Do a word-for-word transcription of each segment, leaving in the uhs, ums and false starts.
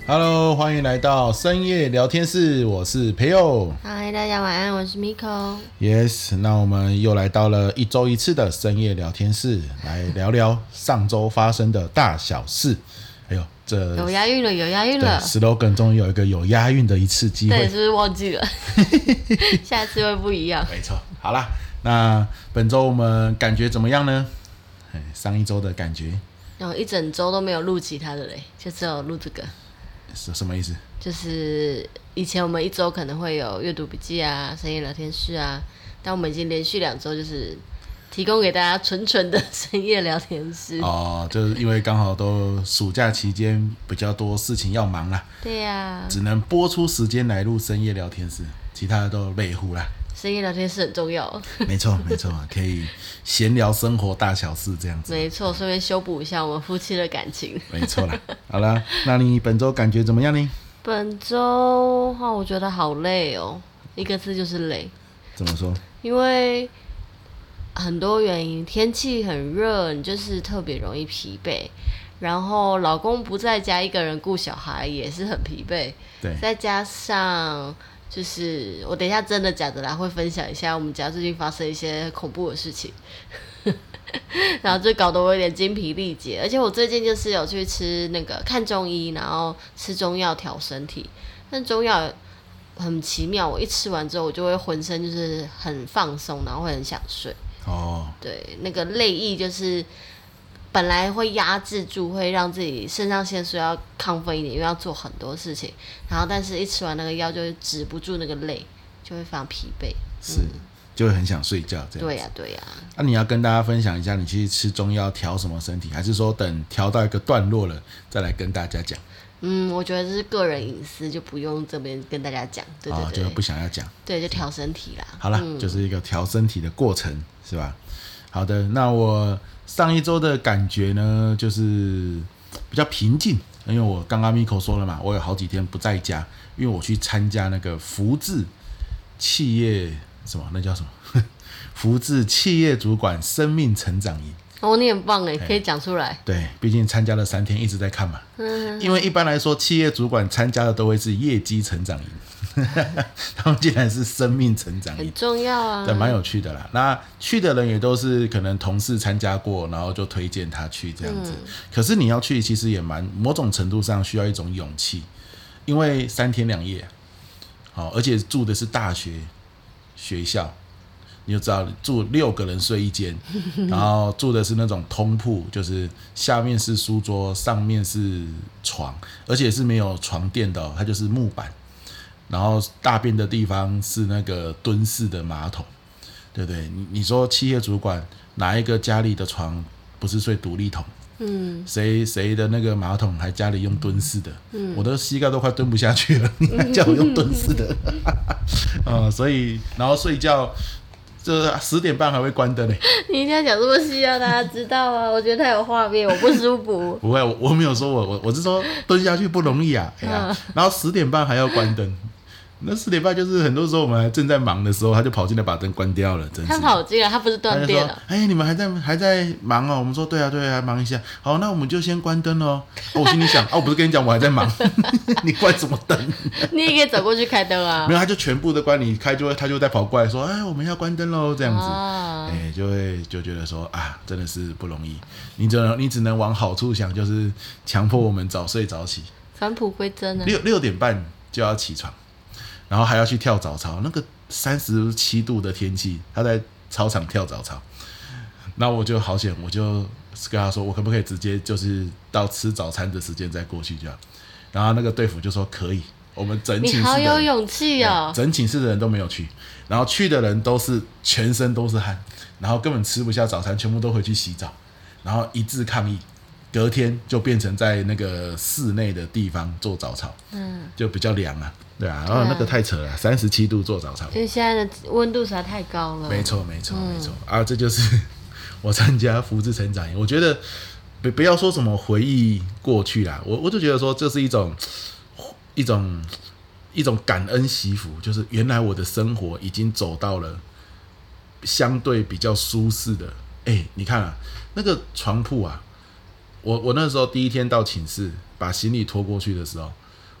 Hello，欢迎来到深夜聊天室，我是培佑。 嗨，大家晚安，我是 Miko。 Yes， 那我们又来到了一周一次的深夜聊天室，来聊聊上周发生的大小事。哎呦，这有押韵了，有押韵了。 slogan 终于有一个有押韵的一次机会， 对，是不是忘记了？下次会不一样。 没错。好啦，那本周我们感觉怎么样呢？上一周的感觉， 然后一整周都没有录其他的嘞，就只有录这个。 是什么意思？ 就是以前我们一周可能会有阅读笔记啊、深夜聊天室啊，但我们已经连续两周就是提供给大家纯纯的深夜聊天室。 哦，就是因为刚好都暑假期间比较多事情要忙啦。 对呀、啊， 只能播出时间来录深夜聊天室，其他的都累乎啦。 深夜聊天室很重要。 没错没错，可以闲聊生活大小事这样子。 没错，顺便修补一下我们夫妻的感情。 没错啦。好啦，那你本周感觉怎么样呢？ 本周哈，我觉得好累哦，一个字就是累。 怎么说？ 因为很多原因，天气很热，你就是特别容易疲惫。然后老公不在家，一个人顾小孩也是很疲惫。 对， 再加上就是我等一下真的假的啦，会分享一下我们家最近发生一些恐怖的事情。然后就搞得我有点精疲力竭，而且我最近就是有去吃那个看中医，然后吃中药调身体。但中药很奇妙，我一吃完之后，我就会浑身就是很放松，然后会很想睡。 哦， 对，那个泪意就是本来会压制住，会让自己肾上腺素要亢奋一点，因为要做很多事情。然后，但是一吃完那个药，就会止不住那个泪，就会非常疲惫。 是。嗯，就会很想睡觉这样子。 对呀、啊、对呀、啊。 那、啊、你要跟大家分享一下，你去吃中药调什么身体，还是说等调到一个段落了再来跟大家讲？ 嗯，我觉得这是个人隐私，就不用这边跟大家讲。对对对， 哦，就不想要讲。 对，就调身体啦。 好啦、嗯，就是一个调身体的过程，是吧？好的，那我上一周的感觉呢，就是比较平静，因为我刚刚 Miko 说了嘛，我有好几天不在家，因为我去参加那个福智企业什么，那叫什么？福智企业主管生命成长营。 哦，你很棒哎，可以讲出来。 对，毕竟参加了三天，一直在看嘛。嗯，因为一般来说，企业主管参加的都会是业绩成长营，他们竟然是生命成长营， 很重要啊， 对，蛮有趣的啦。那去的人也都是可能同事参加过，然后就推荐他去这样子。嗯、可是你要去，其实也蛮某种程度上需要一种勇气，因为三天两夜，好，而且住的是大学学校。你就知道住六个人睡一间，然后住的是那种通铺，就是下面是书桌，上面是床，而且是没有床垫的、哦，它就是木板。然后大便的地方是那个蹲式的马桶，对不对？你你说企业主管哪一个家里的床不是睡独立桶？嗯，谁谁的那个马桶还家里用蹲式的？嗯，我的膝盖都快蹲不下去了，你还叫我用蹲式的？呃，所以然后睡觉。这十点半还会关灯呢。 你一定要讲这么细，让大家知道啊！我觉得太有画面，我不舒服。 不会，我我没有说我我我是说蹲下去不容易啊，哎呀，嗯、然后十点半还要关灯。那四点半就是很多时候我们还正在忙的时候，他就跑进来把灯关掉了，真是。 他跑进来，他不是断电了。 哎、欸，你们还在还在忙哦？我们说对啊对啊，忙一下。好，那我们就先关灯哦。哦我心里想，哦，我不是跟你讲我还在忙，你关什么灯？ 你也可以走过去开灯啊。 没有，他就全部的关，你开就会他就再跑过来说，哎，我们要关灯喽，这样子。 啊、 哎、欸，就会就觉得说啊，真的是不容易。你只能你只能往好处想，就是强迫我们早睡早起。 返璞归真啊。 六六点半就要起床。然后还要去跳早操，那个三十七度的天气，他在操场跳早操，那我就好险，我就跟他说，我可不可以直接就是到吃早餐的时间再过去这样？然后那个队服就说可以，我们整寝室的人， 你好有勇气哦， 整寝室的人都没有去，然后去的人都是全身都是汗，然后根本吃不下早餐，全部都回去洗澡，然后一致抗议。隔天就变成在那个室内的地方做早操，嗯，就比较凉啊，对啊，然后那个太扯了，三十七度做早操， 因为现在的温度实在太高了。 没错，没错，嗯、没错啊，这就是我参加福智成长营，我觉得不不要说什么回忆过去啦，我我就觉得说这是一种一种一种感恩惜福，就是原来我的生活已经走到了相对比较舒适的，哎，你看啊，那个床铺啊。我我那时候第一天到寝室，把行李拖过去的时候，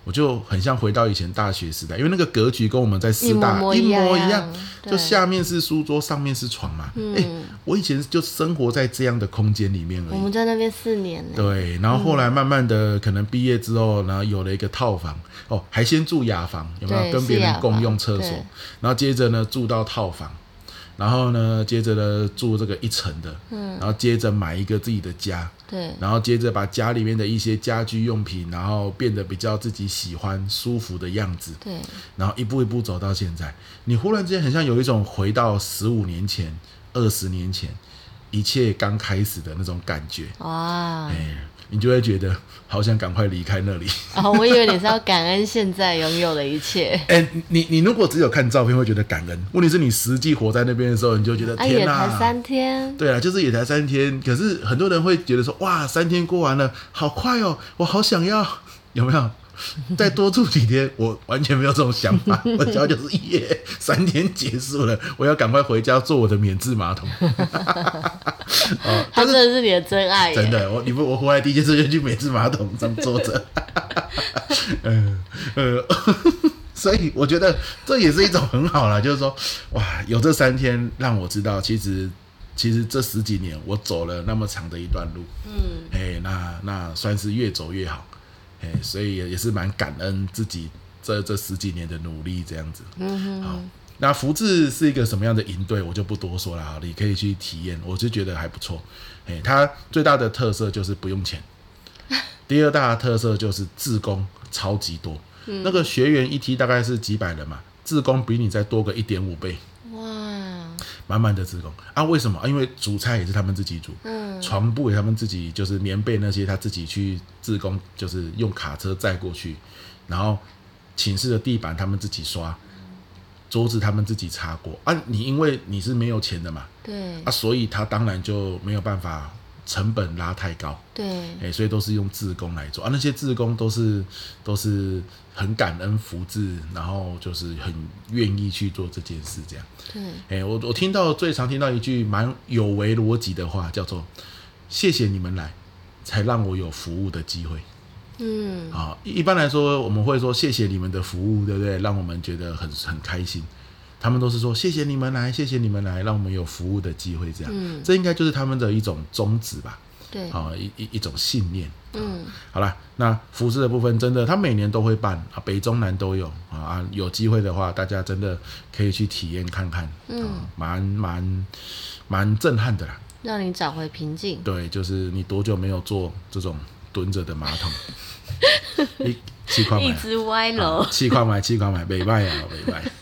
我就很像回到以前大学时代，因为那个格局跟我们在师大一模一一样模一样， 对就下面是书桌，上面是床嘛。嗯，欸，我以前就生活在这样的空间里面而已。 我们在那边四年呢。 对，然后后来慢慢的，可能毕业之后，然后有了一个套房，哦，还先住雅房，有没有跟别人共用厕所？然后接着呢住到套房。然后呢，接着呢住这个一层的，嗯，然后接着买一个自己的家， 对， 然后接着把家里面的一些家居用品，然后变得比较自己喜欢、舒服的样子， 对，然后一步一步走到现在，你忽然之间很像有一种回到十五年前、二十年前，一切刚开始的那种感觉，哇，哎，你就会觉得好想赶快离开那里。 哦，我以为你是要感恩现在拥有的一切。 哎，你你如果只有看照片会觉得感恩，问题是你实际活在那边的时候，你就觉得啊， 天哪， 也才三天。 对啊，就是也才三天，可是很多人会觉得说，哇，三天过完了，好快哦，我好想要，有没有？再多住几天，我完全没有这种想法。我只要就是耶，三天结束了，我要赶快回家做我的免治马桶。 哦，他真的是你的真爱， 真的。我你不我回来第一件事就去免治马桶上坐着。嗯呃，所以我觉得这也是一种很好啦，就是说，哇，有这三天让我知道，其实其实这十几年我走了那么长的一段路，嗯，哎，那那算是越走越好。欸，所以也是蛮感恩自己这这十几年的努力，这样子。嗯哼。好，那福智是一个什么样的营队，我就不多说了。好，你可以去体验，我就觉得还不错。欸，它最大的特色就是不用钱，第二大的特色就是志工超级多。嗯，那个学员一梯大概是几百人嘛，志工比你再多个一点五倍。哇！满满的志工啊！为什么啊？因为煮菜也是他们自己煮，嗯，床布也他们自己，就是棉被那些他自己去志工，就是用卡车载过去，然后寝室的地板他们自己刷，桌子他们自己擦过啊。你因为你是没有钱的嘛，对啊，所以他当然就没有办法成本拉太高，对，欸，所以都是用志工来做啊。那些志工都是都是很感恩福智，然后就是很愿意去做这件事，这样。对，欸，我我听到最常听到一句蛮有违逻辑的话，叫做“谢谢你们来，才让我有服务的机会”。嗯，啊，一般来说我们会说谢谢你们的服务，对不对？让我们觉得很很开心。他们都是说谢谢你们来，谢谢你们来，让我们有服务的机会，这样，嗯，这应该就是他们的一种宗旨吧？对，啊，一一一种信念。嗯，好啦，那服饰的部分真的，他每年都会办啊，北中南都有啊，有机会的话，大家真的可以去体验看看，嗯，蛮蛮蛮震撼的啦， 让你找回平静。 对，就是你多久没有坐这种蹲着的马桶？你气矿买， 一直歪楼， 气矿买，气矿买，没卖啊，没卖。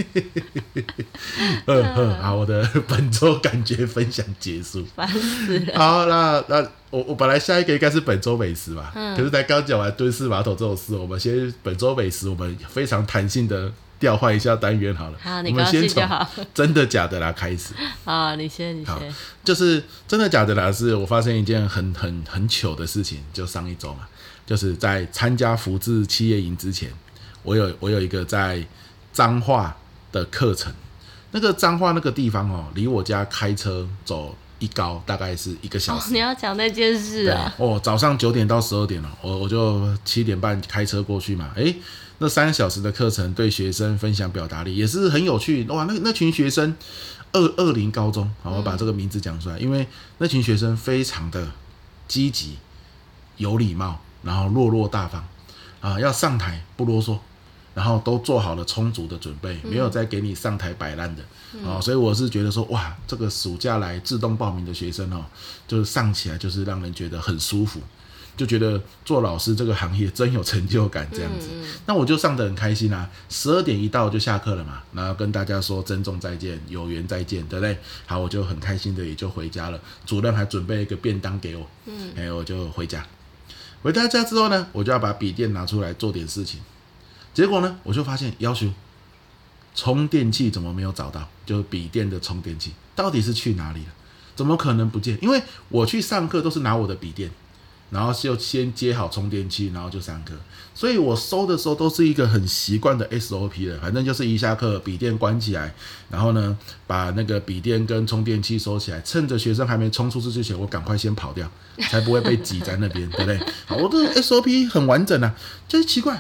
呃呃，好，我的本周感觉分享结束， 烦死了。 好，那那我我本来下一个应该是本周美食吧，嗯，可是才刚讲完蹲式马桶这种事，我们先本周美食，我们非常弹性的调换一下单元好了。 好，你高兴就好。 真的假的啦开始。 好，你先，你先。 就是真的假的啦，是我发现一件很很很糗的事情，就上一周嘛，就是在参加福智企业营之前，我有我有一个在彰化的课程。那个彰化那个地方哦，离我家开车走一高大概是一个小时。 哦，你要讲那件事啊？ 哦，早上九点到十二点了，我我就七点半开车过去嘛。诶，那三小时的课程对学生分享表达力也是很有趣哇。那那群学生，二二零高中，好，我把这个名字讲出来，嗯，因为那群学生非常的积极、有礼貌，然后落落大方啊，要上台不啰嗦。然后都做好了充足的准备，没有再给你上台摆烂的，嗯，哦，所以我是觉得说，哇，这个暑假来自动报名的学生哦，就是上起来就是让人觉得很舒服，就觉得做老师这个行业真有成就感这样子。嗯嗯，那我就上得很开心啊，十二点一到就下课了嘛，然后跟大家说珍重再见，有缘再见，对不对？好，我就很开心的也就回家了。主任还准备一个便当给我，嗯，哎，我就回家。回到家之后呢，我就要把笔电拿出来做点事情。结果呢，我就发现要求充电器怎么没有找到？就是笔电的充电器到底是去哪里了？怎么可能不见？因为我去上课都是拿我的笔电，然后就先接好充电器，然后就上课。所以我收的时候都是一个很习惯的 S O P 的，反正就是一下课笔电关起来，然后呢把那个笔电跟充电器收起来，趁着学生还没冲出去之前，我赶快先跑掉，才不会被挤在那边，对不对？好，我的 S O P 很完整啊，就是奇怪。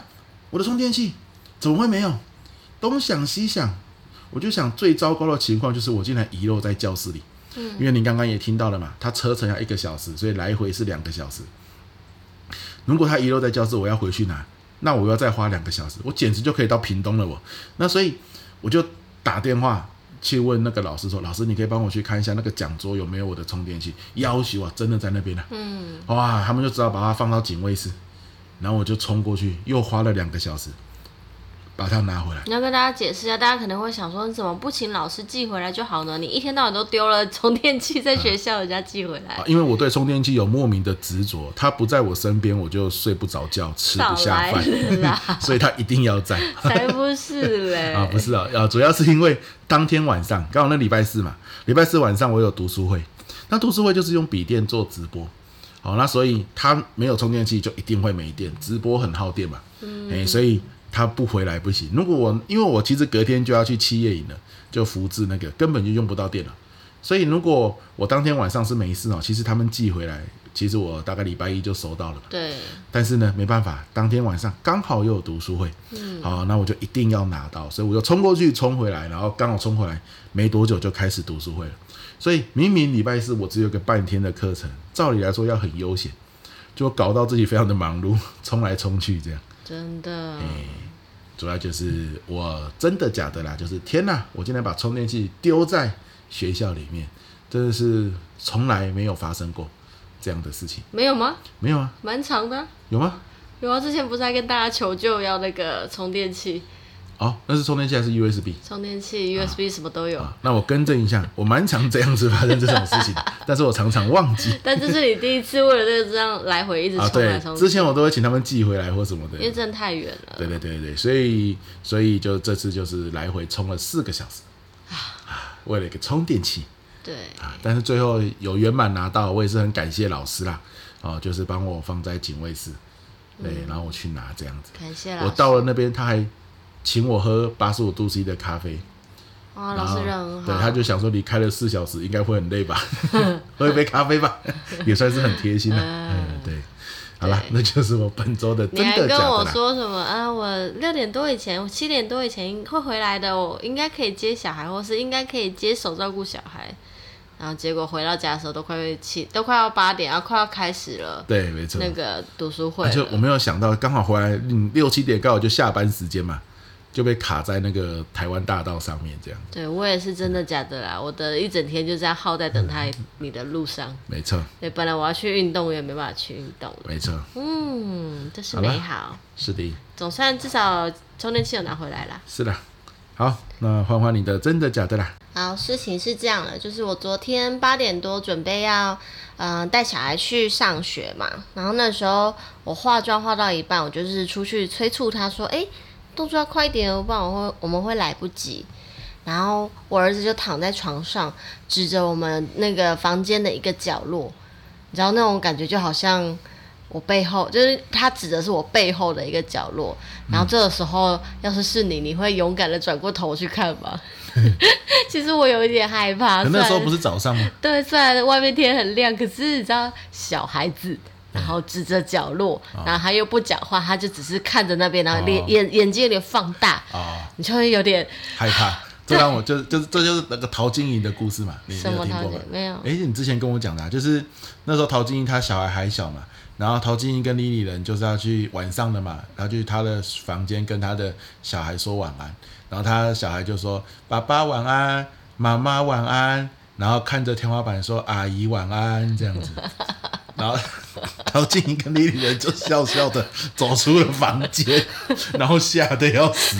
我的充电器怎么会没有？东想西想，我就想最糟糕的情况就是我竟然遗漏在教室里。嗯，因为您刚刚也听到了嘛，他车程要一个小时，所以来回是两个小时。如果他遗漏在教室，我要回去拿，那我要再花两个小时，我简直就可以到屏东了我。那所以我就打电话去问那个老师说：“老师，你可以帮我去看一下那个讲桌有没有我的充电器？”要求啊，真的在那边了、啊。嗯，哇，他们就只好把它放到警卫室，然后我就冲过去，又花了两个小时。把它拿回来。 你要跟大家解释一下，大家可能会想说，你怎么不请老师寄回来就好呢？你一天到晚都丢了充电器在学校，人家寄回来、 啊。因为我对充电器有莫名的执着，他不在我身边，我就睡不着觉，吃不下饭，所以他一定要在。 才不是嘞！ 啊，不是啊，啊，主要是因为当天晚上刚好那礼拜四嘛，礼拜四晚上我有读书会，那读书会就是用笔电做直播。好，那所以他没有充电器就一定会没电，直播很耗电嘛，嗯欸、所以他不回来不行。如果我因为我其实隔天就要去企业营了，就福智那个根本就用不到电了，所以如果我当天晚上是没事哦，其实他们寄回来，其实我大概礼拜一就收到了。 对。 但是呢，没办法，当天晚上刚好又有读书会，嗯，好，那我就一定要拿到，所以我就冲过去冲回来，然后刚好冲回来没多久就开始读书会了。所以明明礼拜四我只有个半天的课程，照理来说要很悠闲，就搞到自己非常的忙碌，冲来冲去这样。 真的。 欸，主要就是我真的假的啦，就是天哪，我竟然把充电器丢在学校里面，真的是从来没有发生过这样的事情。 没有吗？ 没有啊。 蛮长的。 有吗？ 有啊，之前不是还跟大家求救要那个充电器？ 哦，那是充电器还是 U S B？ 充电器 U S B 什么都有。 啊，那我更正一下，我蛮常这样子发生这种事情的，但是我常常忘记。 但这是你第一次为了这个这样来回一直冲来冲去。 啊，对，之前我都会请他们寄回来或什么的， 因为真的太远了。 对对对对，所以所以就这次就是来回冲了四个小时，啊，为了一个充电器。 对啊，但是最后有圆满拿到，我也是很感谢老师啦，哦，就是帮我放在警卫室，对，嗯，然后我去拿这样子。 感谢老师。 我到了那边，他还请我喝八十五度 C 的咖啡。 哇，老师人很好。 对，他就想说你开了四小时，应该会很累吧？喝一杯咖啡吧，也算是很贴心了。嗯，对。好啦，那就是我本周的真的假的啦。 你还跟我说什么啊？我六点多以前，我七点多以前会回来的，我应该可以接小孩，或是应该可以接手照顾小孩。然后结果回到家的时候都快七，都快要八点，然后快要开始了。 对，没错。 那个读书会， 就我没有想到，刚好回来，嗯，六七点刚好就下班时间嘛，就被卡在那个台湾大道上面这样。 对，我也是真的假的啦，我的一整天就这样耗在等他你的路上。 没错。 对，本来我要去运动，也没办法去运动了。 没错。 嗯，这是美好。 是的。 总算至少充电器有拿回来啦。 是的。好，那欢欢你的真的假的啦。 好，事情是这样的，就是我昨天八点多准备要，嗯、呃，带小孩去上学嘛，然后那时候我化妆化到一半，我就是出去催促他说，哎、欸，动作要快一点哦，不然我会我们会来不及。然后我儿子就躺在床上，指着我们那个房间的一个角落，你知道那种感觉就好像我背后，就是他指的是我背后的一个角落，然后这个时候要是是你，你会勇敢的转过头去看吗？其实我有一点害怕。 可那时候不是早上吗？ 对，虽然外面天很亮，可是你知道小孩子，然后指着角落，嗯、然后他又不讲话，他就只是看着那边，然后眼、哦、眼眼睛有点放大，哦、你就会有点害怕。这让我就就这就是那个陶晶莹的故事嘛，你什么有听过吗？ 没有。 哎，你之前跟我讲的、啊，就是那时候陶晶莹她小孩还小嘛，然后陶晶莹跟李李仁就是要去晚上的嘛，然后去他的房间跟他的小孩说晚安，然后他小孩就说爸爸晚安，妈妈晚安，然后看着天花板说阿姨晚安这样子，然后陶晶莹跟李李仁就笑笑的走出了房间，然后吓得要死。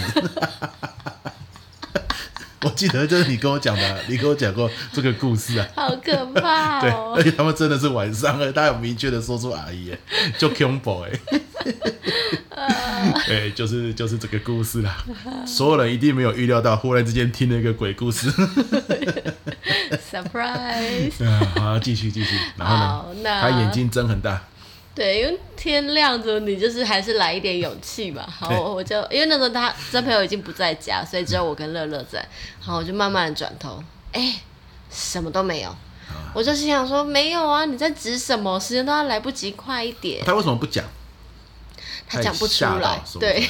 我记得就是你跟我讲的，你跟我讲过这个故事啊， 好可怕哦！ 对，而且他们真的是晚上了，他有明确的说出阿姨，就恐怖哎，对，就是就是这个故事啦。所有人一定没有预料到，忽然之间听了一个鬼故事 ，surprise！ 啊，好，继续继续，然后呢，他眼睛睁很大。 对，因为天亮着，你就是还是来一点勇气嘛。好，我就因为那时候他真朋友已经不在家，所以只有我跟乐乐在。好，我就慢慢的转头，哎、欸，什么都没有。啊、我就心想说，没有啊，你在指什么？时间都要来不及，快一点。 他为什么不讲？ 他讲不出来，对。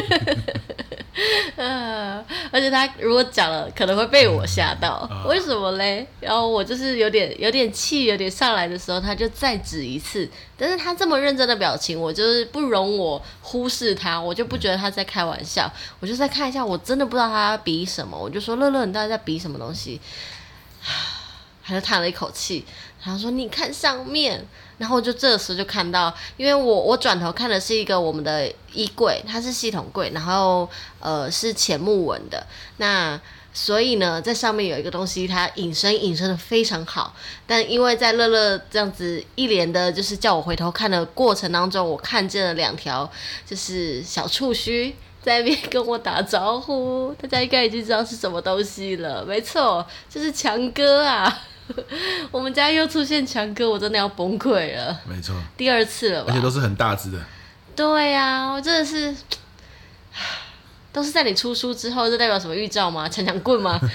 呃，而且他如果讲了，可能会被我吓到。嗯、为什么嘞？然后我就是有点有点气，有点上来的时候，他就再指一次。但是他这么认真的表情，我就是不容我忽视他，我就不觉得他在开玩笑，我就再看一下，我真的不知道他要比什么，我就说乐乐，你到底在比什么东西？他就叹了一口气，然后说：“你看上面。”然后我就这时候就看到，因为我我转头看的是一个我们的衣柜，它是系统柜，然后呃是浅木纹的，那所以呢，在上面有一个东西，它隐身隐身的非常好。但因为在乐乐这样子一连的，就是叫我回头看的过程当中，我看见了两条就是小触须在那边跟我打招呼，大家应该已经知道是什么东西了，没错，就是强哥啊。我们家又出现强哥，我真的要崩溃了。 没错， 第二次了吧？ 而且都是很大只的。 对呀、啊，我真的是，都是在你出书之后，这代表什么预兆吗？强强棍吗？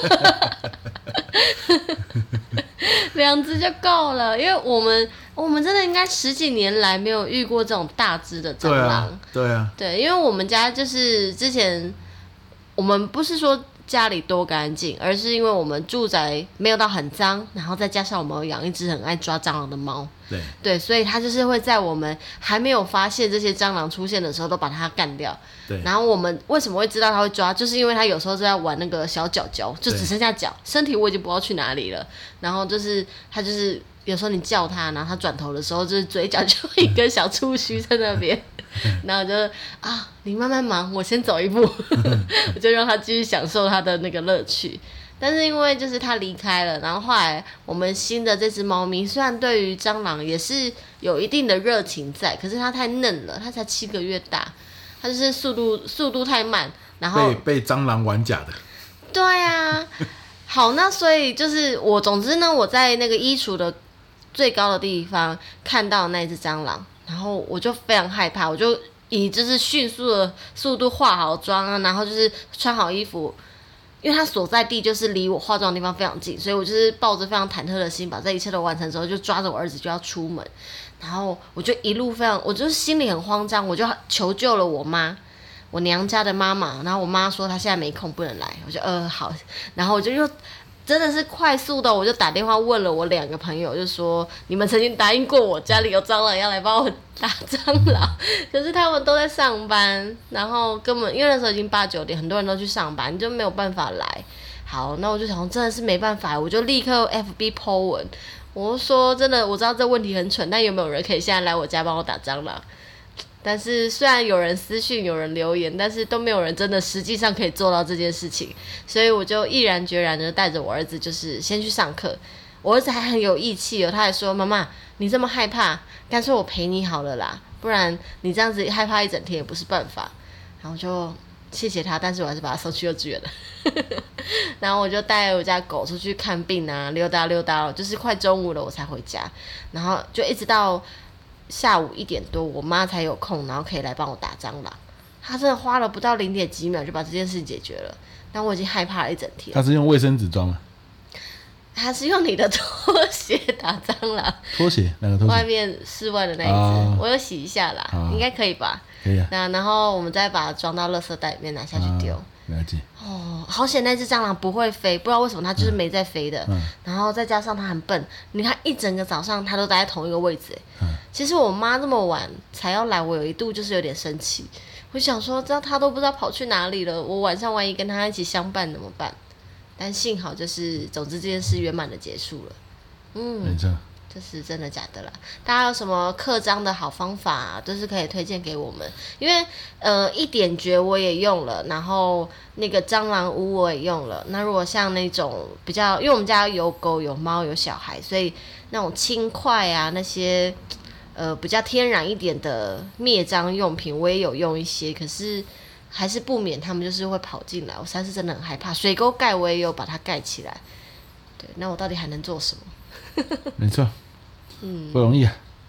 两只就够了，因为我们我们真的应该十几年来没有遇过这种大只的蟑螂。 对啊，对啊， 对，因为我们家就是之前我们不是说家里多干净，而是因为我们住宅没有到很脏，然后再加上我们有养一只很爱抓蟑螂的猫， 对对，所以它就是会在我们还没有发现这些蟑螂出现的时候都把它干掉。 对， 然后我们为什么会知道它会抓，就是因为它有时候就在玩那个小脚脚，就只剩下脚，身体我已经不知道去哪里了。然后就是它就是有时候你叫它，然后它转头的时候，就是嘴角就会一根小触须在那边。然后我就啊，你慢慢忙，我先走一步，我就让他继续享受他的那个乐趣。但是因为就是他离开了，然后后来我们新的这只猫咪，虽然对于蟑螂也是有一定的热情在，可是它太嫩了，它才七个月大，它就是速度速度太慢，然后被被蟑螂玩假的。 对啊，好，那所以就是我，总之呢，我在那个衣橱的最高的地方看到那只蟑螂。然后我就非常害怕，我就以就是迅速的速度化好妆啊，然后就是穿好衣服，因为它所在地就是离我化妆的地方非常近，所以我就是抱着非常忐忑的心，把这一切都完成之后，就抓着我儿子就要出门，然后我就一路非常，我就是心里很慌张，我就求救了我妈，我娘家的妈妈，然后我妈说她现在没空不能来，我就呃好，然后我就又。真的是快速的，我就打电话问了我两个朋友，就说你们曾经答应过我家里有蟑螂要来帮我打蟑螂，可是他们都在上班，然后根本因为那时候已经八九点，很多人都去上班，你就没有办法来。好，那我就想真的是没办法，我就立刻 F B po 文，我说真的，我知道这问题很蠢，但有没有人可以现在来我家帮我打蟑螂？但是虽然有人私讯有人留言，但是都没有人真的实际上可以做到这件事情，所以我就毅然决然的带着我儿子就是先去上课。我儿子还很有义气哦，他还说妈妈你这么害怕，干脆我陪你好了啦，不然你这样子害怕一整天也不是办法。然后就谢谢他，但是我还是把他送去幼稚园了。然后我就带我家狗出去看病啊，溜达溜达，就是快中午了我才回家，然后就一直到下午一点多，我妈才有空，然后可以来帮我打蟑螂。她真的花了不到零点几秒就把这件事解决了，但我已经害怕了一整天。 她是用卫生纸装吗？ 她是用你的拖鞋打蟑螂。 拖鞋？哪个拖鞋？ 外面室外的那一只，哦、我有洗一下啦，哦、应该可以吧？ 可以啊。 那然后我们再把它装到垃圾袋里面拿下去丢。哦了解哦，好险那只蟑螂不会飞，不知道为什么它就是没在飞的。嗯、然后再加上它很笨，你看一整个早上它都待在同一个位置。嗯、其实我妈这么晚才要来，我有一度就是有点生气。我想说，这样它都不知道跑去哪里了，我晚上万一跟它一起相伴怎么办？但幸好就是，总之这件事圆满的结束了。嗯， 没错。 这是真的假的啦？大家有什么刻章的好方法、啊，都是可以推荐给我们。因为呃，一点诀我也用了，然后那个蟑螂屋我也用了。那如果像那种比较，因为我们家有狗、有猫、有小孩，所以那种轻快啊，那些呃比较天然一点的灭蟑用品，我也有用一些。可是还是不免他们就是会跑进来，我实在是真的很害怕。水沟盖我也有把它盖起来。对，那我到底还能做什么？ 没错，嗯，不容易啊。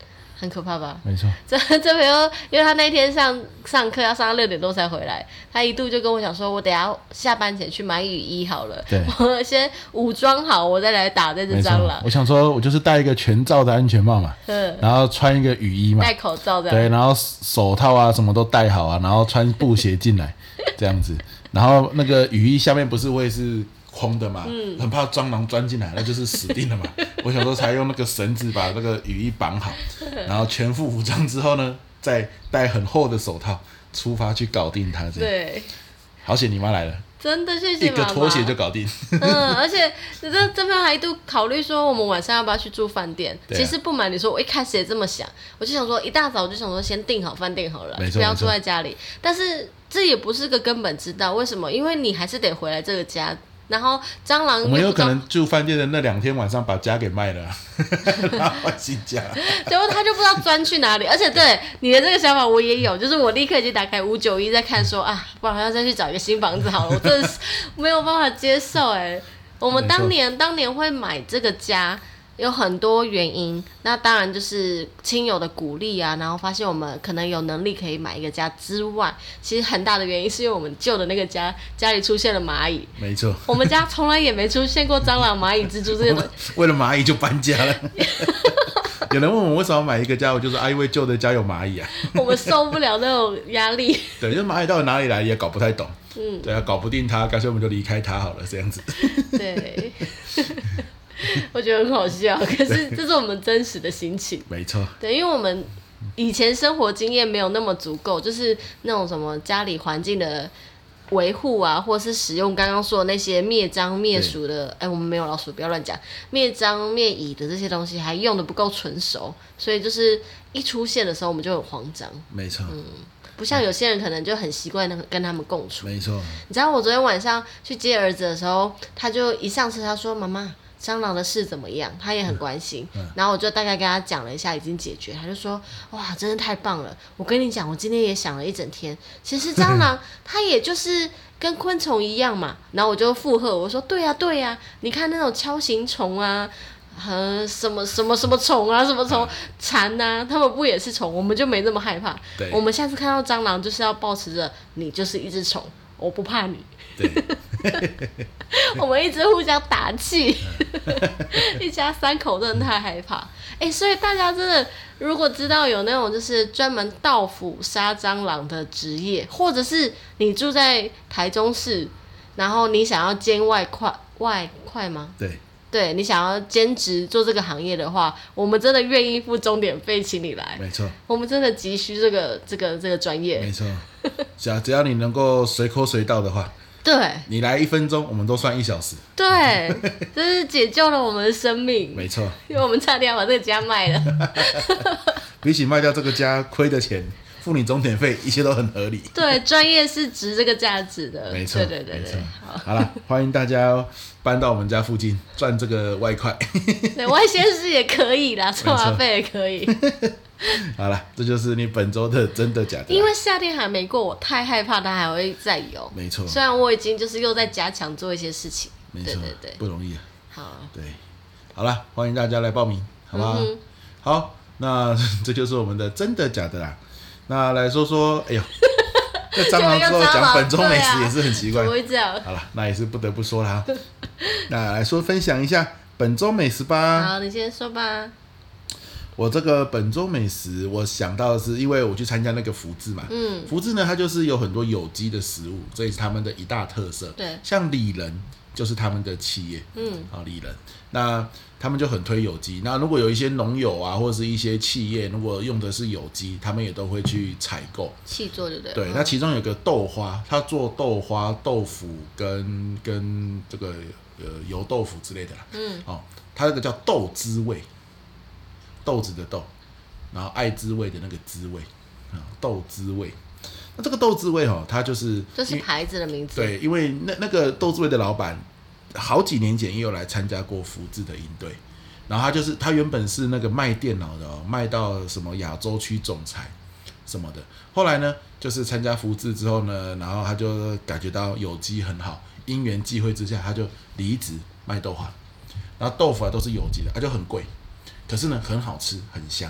很可怕吧？ 没错。 这这朋友，因为他那天上上课要上到六点多才回来，他一度就跟我讲说，我等一下下班前去买雨衣好了， 对， 我先武装好，我再来打这只蟑螂。 我想说，我就是戴一个全罩的安全帽嘛， 嗯， 然后穿一个雨衣嘛， 戴口罩这样， 对，然后手套啊什么都戴好啊，然后穿布鞋进来这样子，然后那个雨衣下面不是会是空的嘛，嗯，很怕蟑螂钻进来，那就是死定了嘛。我想说才用那个绳子把那个雨衣绑好，然后全副武装之后呢，再戴很厚的手套出发去搞定它。 对， 好险你妈来了， 真的谢谢妈妈， 一个拖鞋就搞定。 嗯，而且这这边还一度考虑说，我们晚上要不要去住饭店？啊、其实不瞒你说，我一开始也这么想，我就想说，一大早我就想说先订好饭店好了，不要住在家里。但是这也不是个根本之道，为什么？因为你还是得回来这个家。然后蟑螂， 我们有可能住饭店的那两天晚上把家给卖了，然后换新家。 结果他就不知道钻去哪里，而且对你的这个想法我也有，就是我立刻已经打开五九一在看说啊，不然要再去找一个新房子好了，我真的是没有办法接受哎、欸。我们当年当年会买这个家。有很多原因，那当然就是亲友的鼓励啊，然后发现我们可能有能力可以买一个家之外，其实很大的原因是因为我们旧的那个家家里出现了蚂蚁。 没错， 我们家从来也没出现过蟑螂、蚂蚁、蜘蛛这些。 为了蚂蚁就搬家了。有人问我为什么要买一个家，我就说啊，因为旧的家有蚂蚁啊。 我们受不了那种压力。 对，就蚂蚁到底哪里来也搞不太懂。嗯，对啊，搞不定它，干脆我们就离开它好了，这样子。 对。我觉得很好笑，可是这是我们真实的心情。 没错， 对，因为我们以前生活经验没有那么足够，就是那种什么家里环境的维护啊，或是使用刚刚说的那些灭蟑灭鼠的，哎，我们没有老鼠，不要乱讲，灭蟑灭蚁的这些东西还用的不够纯熟，所以就是一出现的时候我们就很慌张。 没错，嗯。 不像有些人可能就很习惯跟他们共处。 没错， 你知道我昨天晚上去接儿子的时候，他就一上车他说：“妈妈，蟑螂的事怎么样？”他也很关心。嗯嗯、然后我就大概跟他讲了一下，已经解决。他就说：“哇，真的太棒了！我跟你讲，我今天也想了一整天。其实蟑螂它也就是跟昆虫一样嘛。”然后我就附和我说：“对呀、啊，对呀、啊，你看那种锹形虫啊。”和什么什么什么虫啊，什么虫蝉啊，他们不也是虫？我们就没那么害怕。我们下次看到蟑螂，就是要抱持着你就是一只虫，我不怕你。 对， 我们一直互相打气，一家三口真的太害怕。哎、欸，所以大家真的如果知道有那种就是专门盗斧杀蟑螂的职业，或者是你住在台中市，然后你想要兼外快外快吗？ 对。 对，你想要兼职做这个行业的话，我们真的愿意付钟点费请你来。 没错， 我们真的急需这个这个这个专业。 没错，只要只要你能够随口随到的话， 对， 你来一分钟，我们都算一小时。 对，这是解救了我们的生命。 没错， 因为我们差点要把这个家卖了。 比起卖掉这个家亏的钱，付你钟点费，一切都很合理。 对，专业是值这个价值的。 没错， 对对对对。 好，好了，欢迎大家搬到我们家附近赚这个外快。 对，外县市也可以啦，车马费也可以。 好了，这就是你本周的真的假的。 因为夏天还没过，我太害怕它还会再有。 没错。 虽然我已经就是又在加强做一些事情。 没错， 对对对， 不容易啊。 好。 对，好了，欢迎大家来报名，好不好？嗯、好，那这就是我们的真的假的啦。那来说说，哎呦。在蟑螂之后讲本周美食也是很奇怪， 怎么会这样？ 好了，那也是不得不说啦。那来说分享一下本周美食吧。 好，你先说吧。 我这个本周美食，我想到的是，因为我去参加那个福智嘛，嗯，福智呢，它就是有很多有机的食物，这是他们的一大特色。 对， 像里仁就是他们的企业，嗯，啊，里仁，那他们就很推有机。那如果有一些农友啊，或者是一些企业，如果用的是有机，他们也都会去采购。 气做对不对？ 对，那其中有个豆花，他做豆花、豆腐跟跟这个呃油豆腐之类的啦。嗯，哦，它这个叫豆滋味，豆子的豆，然后爱滋味的那个滋味啊，豆滋味。那这个豆滋味哦，它就是就是牌子的名字。 对，因为那那个豆滋味的老板。好几年前也有来参加过福智的营队，然后他就是他原本是那个卖电脑的、哦，卖到什么亚洲区总裁什么的。后来呢，就是参加福智之后呢，然后他就感觉到有机很好，因缘际会之下，他就离职卖豆花。然后豆腐啊都是有机的，它、啊、就很贵，可是呢很好吃，很香。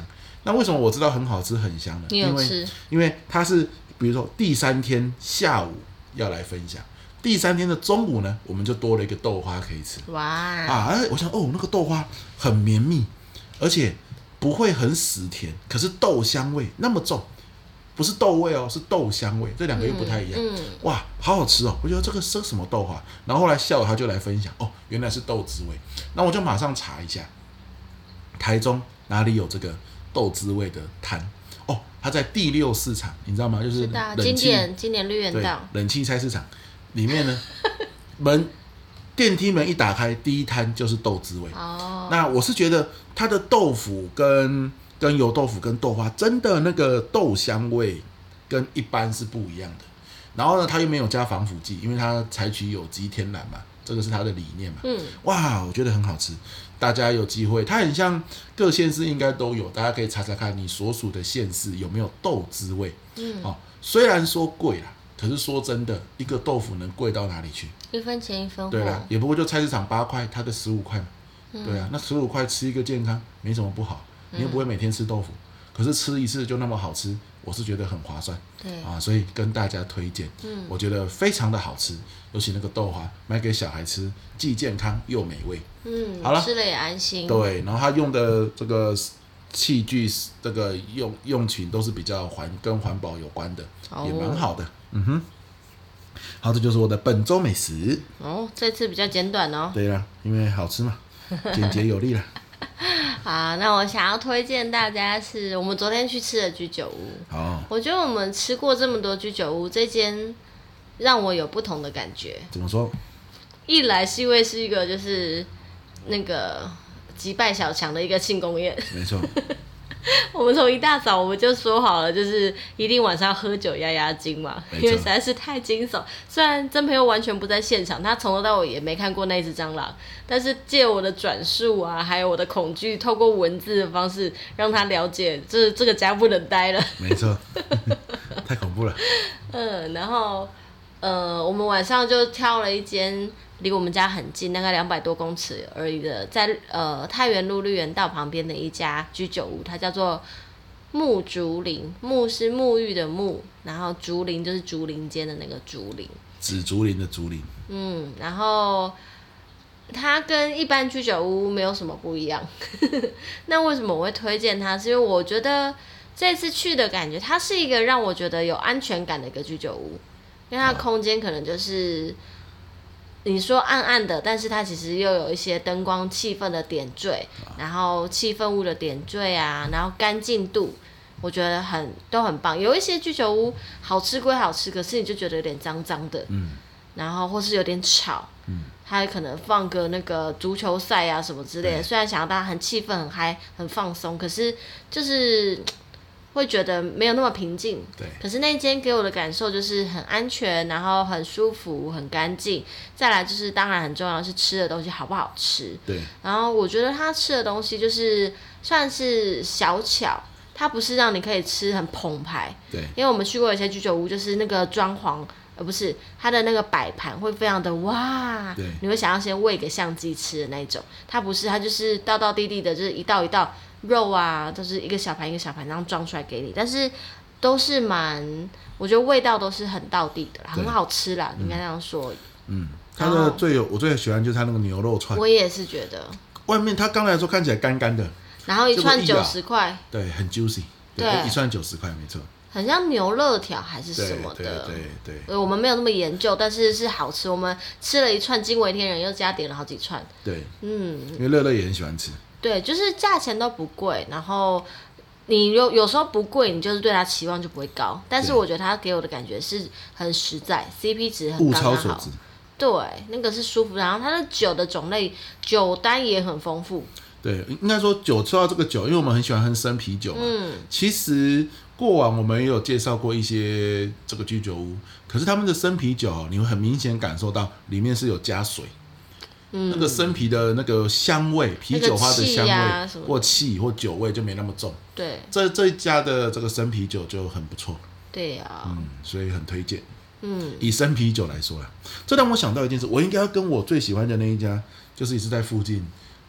那为什么我知道很好吃很香呢？ 你有吃？ 因为因为它是比如说第三天下午要来分享，第三天的中午呢，我们就多了一个豆花可以吃。 哇啊！我想哦，那个豆花很绵密，而且不会很死甜，可是豆香味那么重，不是豆味哦，是豆香味，这两个又不太一样。 嗯嗯、 哇，好好吃哦！我觉得这个是什么豆花？然后后来下午他就来分享，哦，原来是豆滋味。那我就马上查一下，台中哪里有这个豆滋味的摊？哦，他在第六市场，你知道吗？就是经典经典绿园道冷气菜市场里面呢，门电梯门一打开，第一摊就是豆滋味。 哦， 那我是觉得它的豆腐跟跟油豆腐跟豆花真的那个豆香味跟一般是不一样的。然后呢，它又没有加防腐剂，因为它采取有机天然嘛，这个是它的理念嘛。 嗯， 哇，我觉得很好吃。大家有机会，它很像各县市应该都有，大家可以查查看你所属的县市有没有豆滋味。嗯，哦，虽然说贵啦，可是说真的，一个豆腐能贵到哪里去？ 一分钱一分货。 对啦，也不过就菜市场八块，它的十五块嘛。嗯、对啊，那十五块吃一个健康没什么不好，你又不会每天吃豆腐，嗯、可是吃一次就那么好吃，我是觉得很划算。 对啊，所以跟大家推荐，嗯，我觉得非常的好吃，尤其那个豆花买给小孩吃，既健康又美味。 嗯， 好了， 吃了也安心。 对，然后他用的这个器具，这个用用品都是比较环跟环保有关的，哦、也蛮好的。嗯哼。好，这就是我的本周美食。 哦，这次比较简短哦。 对啦，因为好吃嘛，简洁有力啦。 好，那我想要推荐大家是我们昨天去吃的居酒屋。 哦， 我觉得我们吃过这么多居酒屋，这间让我有不同的感觉。 怎么说？ 一来是因为是一个就是那个击败小强的一个庆功宴。 没错。 我们从一大早我们就说好了，就是一定晚上喝酒压压惊嘛，因为实在是太惊悚。虽然真朋友完全不在现场，他从头到尾也没看过那只蟑螂，但是借我的转述啊，还有我的恐惧，透过文字的方式让他了解，这这个家不能待了。 没错，太恐怖了。 嗯，然后呃，我们晚上就挑了一间离我们家很近，大概两百多公尺而已的，在呃太原路绿园道旁边的一家居酒屋，它叫做沐竹林。沐是沐浴的沐，然后竹林就是竹林间的那个竹林， 紫竹林的竹林。 嗯，然后它跟一般居酒屋没有什么不一样。那为什么我会推荐它？是因为我觉得这次去的感觉，它是一个让我觉得有安全感的一个居酒屋，因为它的空间可能就是。你说暗暗的，但是它其实又有一些灯光气氛的点缀，然后气氛物的点缀啊，然后干净度，我觉得很都很棒。有一些居酒屋好吃归好吃，可是你就觉得有点脏脏的，嗯，然后或是有点吵，嗯，它可能放个那个足球赛啊什么之类的，虽然想要大家很气氛很嗨很放松，可是就是会觉得没有那么平静。 对。 可是那间给我的感受就是很安全，然后很舒服，很干净。再来就是当然很重要的是吃的东西好不好吃。 对。然后我觉得他吃的东西就是算是小巧，它不是让你可以吃很澎湃。 对。 因为我们去过有些居酒屋，就是那个装潢，而不是它的那个摆盘会非常的哇， 对， 你会想要先喂给相机吃的那种。它不是，它就是道道地地的，就是一道一道。肉啊，都是一个小盘一个小盘这样装出来给你，但是都是蛮，我觉得味道都是很道地的啦，很好吃啦，应该这样说。 嗯，它的最有我最喜欢就是它那个牛肉串， 我也是觉得， 外面它刚来的时候看起来干干的， 然后一串九十块， 对，很 juicy， 对，对一串九十块没错， 很像牛肋条还是什么的， 对对对， 我们没有那么研究，但是是好吃，我们吃了一串惊为天人，又加点了好几串， 对，嗯，因为乐乐也很喜欢吃。 对，就是价钱都不贵，然后你有有时候不贵，你就是对它期望就不会高。但是我觉得它给我的感觉是很实在 ，C P 值很刚刚好。对，那个是舒服，然后它的酒的种类酒单也很丰富。 对，应该说酒说到这个酒，因为我们很喜欢喝生啤酒嘛。嗯。其实过往我们也有介绍过一些这个居酒屋，可是他们的生啤酒，你会很明显感受到里面是有加水。嗯、那个生啤的那个香味，啤酒花的香味，啊、或气或酒味就没那么重。 对， 这这一家的这个生啤酒就很不错。 对啊， 嗯，所以很推荐。嗯，以生啤酒来说啦，这让我想到一件事，我应该要跟我最喜欢的那一家，就是也是在附近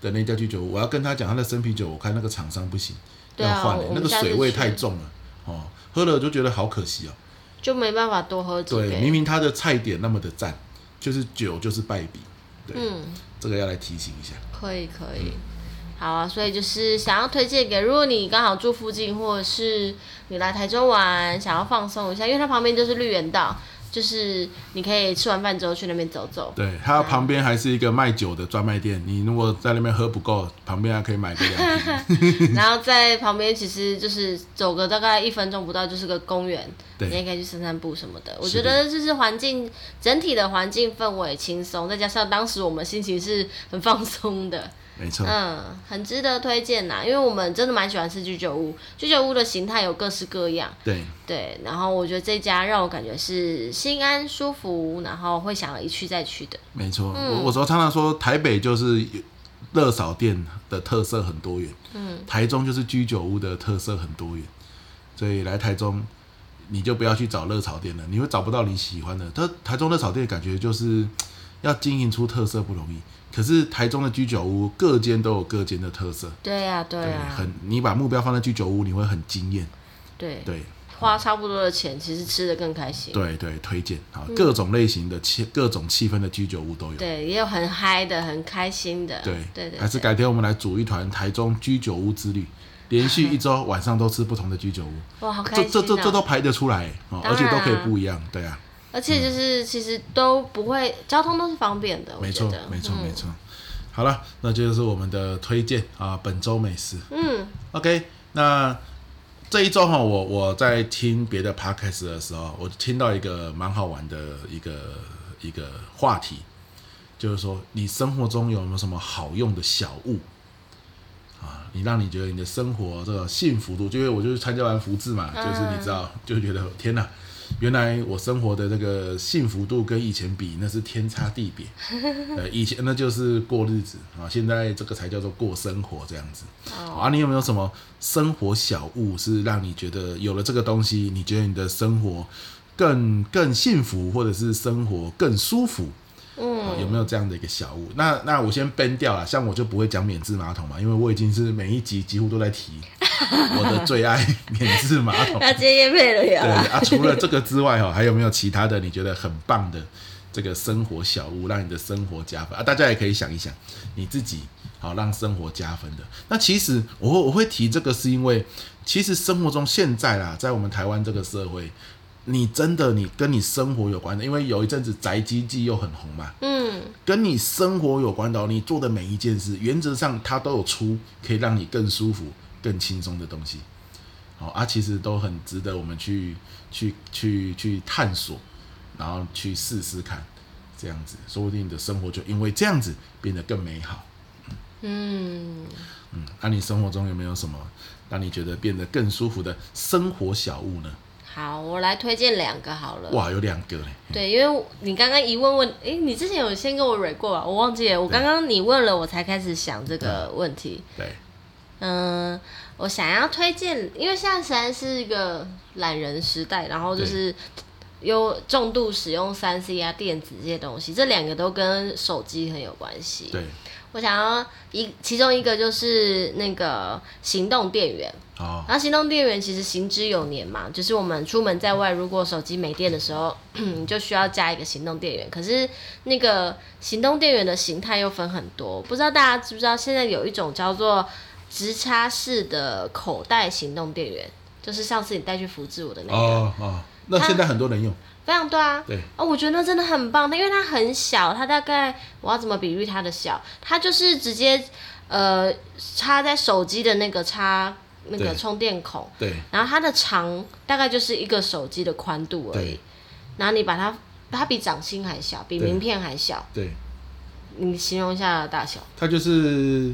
的那家居酒屋，我要跟他讲他的生啤酒，我看那个厂商不行， 对啊要换、欸、那个水味太重了哦，喝了就觉得好可惜哦， 就没办法多喝几杯。 对，明明他的菜点那么的赞，就是酒就是败笔，对， 嗯， 这个要来提醒一下。 可以可以。嗯，好啊，所以就是想要推荐给，如果你刚好住附近，或者是你来台中玩，想要放松一下，因为它旁边就是绿园道，就是你可以吃完饭之后去那边走走。 对，它旁边还是一个卖酒的专卖店，你如果在那边喝不够，旁边还可以买个两瓶。 然后在旁边其实就是走个大概一分钟不到，就是个公园，你也可以去散散步什么的。我觉得就是环境整体的环境氛围轻松，再加上当时我们心情是很放松的。 没错， 嗯，很值得推荐啦，因为我们真的蛮喜欢吃居酒屋，居酒屋的形态有各式各样， 对对，然后我觉得这家让我感觉是心安舒服，然后会想要一去再去的。 没错， 嗯、 我我常常说台北就是热炒店的特色很多元，嗯，台中就是居酒屋的特色很多元，所以来台中你就不要去找热炒店了，你会找不到你喜欢的。它台中热炒店感觉就是要经营出特色不容易。可是台中的居酒屋各间都有各间的特色， 对呀、啊、对呀、啊， 很你把目标放在居酒屋，你会很惊艳， 对对， 花差不多的钱，其实吃的更开心， 对对，推荐好、嗯、各种类型的气各种气氛的居酒屋都有， 对，也有很嗨的、很开心的， 对对 对, 对， 还是改天我们来组一团台中居酒屋之旅，连续一周晚上都吃不同的居酒屋， 哇，好开心、啊， 这这这这都排得出来、哦、而且都可以不一样，对啊， 而且就是、嗯、其实都不会，交通都是方便的， 没错没错、 嗯、 没错。好了，那就是我们的推荐啊，本周美食。 嗯 ，OK， 那这一周哈，我我在听别的 podcast 的时候，我听到一个蛮好玩的一个一个话题，就是说你生活中有没有什么好用的小物啊？你让你觉得你的生活这个幸福度，因为我就是参加完福智嘛，嗯、就是你知道，就觉得天哪。原来我生活的这个幸福度跟以前比，那是天差地别。呃，以前那就是过日子啊，现在这个才叫做过生活这样子。Oh. 啊，你有没有什么生活小物是让你觉得有了这个东西，你觉得你的生活更更幸福，或者是生活更舒服？嗯、啊，有没有这样的一个小物？那那我先编掉了，像我就不会讲免治马桶嘛，因为我已经是每一集几乎都在提我的最爱免治马桶。 那接业配了呀？ 对啊，除了这个之外哈，还有没有其他的你觉得很棒的这个生活小物，让你的生活加分啊？大家也可以想一想，你自己好让生活加分的。那其实我我会提这个，是因为其实生活中现在啦，在我们台湾这个社会。你真的你跟你生活有关的，因为有一阵子宅基记又很红嘛，嗯，跟你生活有关的、哦，你做的每一件事，原则上它都有出可以让你更舒服、更轻松的东西，好、哦、啊，其实都很值得我们去去去去探索，然后去试试看，这样子，说不定你的生活就因为这样子变得更美好。嗯嗯，那、啊、你生活中有没有什么让你觉得变得更舒服的生活小物呢？ 好，我来推荐两个好了。 哇，有两个嘞。对， 因为你刚刚一问问，哎，你之前有先跟我蕊过吧？我忘记了。我刚刚你问了，我才开始想这个问题。 对。 嗯，我想要推荐，因为现在实在是一个懒人时代，然后就是有重度使用三 C 啊、电子这些东西，这两个都跟手机很有关系。 对。 我想要一，其中一个就是那个行动电源。哦。然后行动电源其实行之有年嘛，就是我们出门在外，如果手机没电的时候，你就需要加一个行动电源。可是那个行动电源的形态又分很多，不知道大家知不知道？现在有一种叫做直插式的口袋行动电源，就是上次你带去福智我的那个。 哦哦，那现在很多人用。 非常多啊， 对哦，我觉得那真的很棒，因为它很小，它大概我要怎么比喻它的小？它就是直接呃插在手机的那个插那个充电孔， 对， 然后它的长大概就是一个手机的宽度而已，然后你把它，它比掌心还小，比名片还小， 对， 你形容一下大小？ 它就是。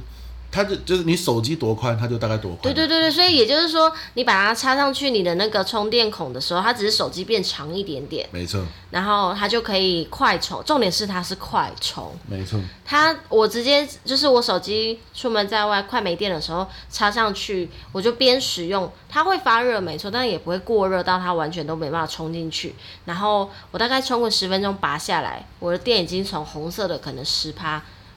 它就就是你手机多宽，它就大概多宽。 对对对对，所以也就是说，你把它插上去你的那个充电孔的时候，它只是手机变长一点点。 没错。 然后它就可以快充，重点是它是快充。 没错。 它我直接就是我手机出门在外快没电的时候插上去，我就边使用，它会发热没错，但也不会过热到它完全都没办法充进去。然后我大概充个十分钟拔下来，我的电已经从红色的可能十趴。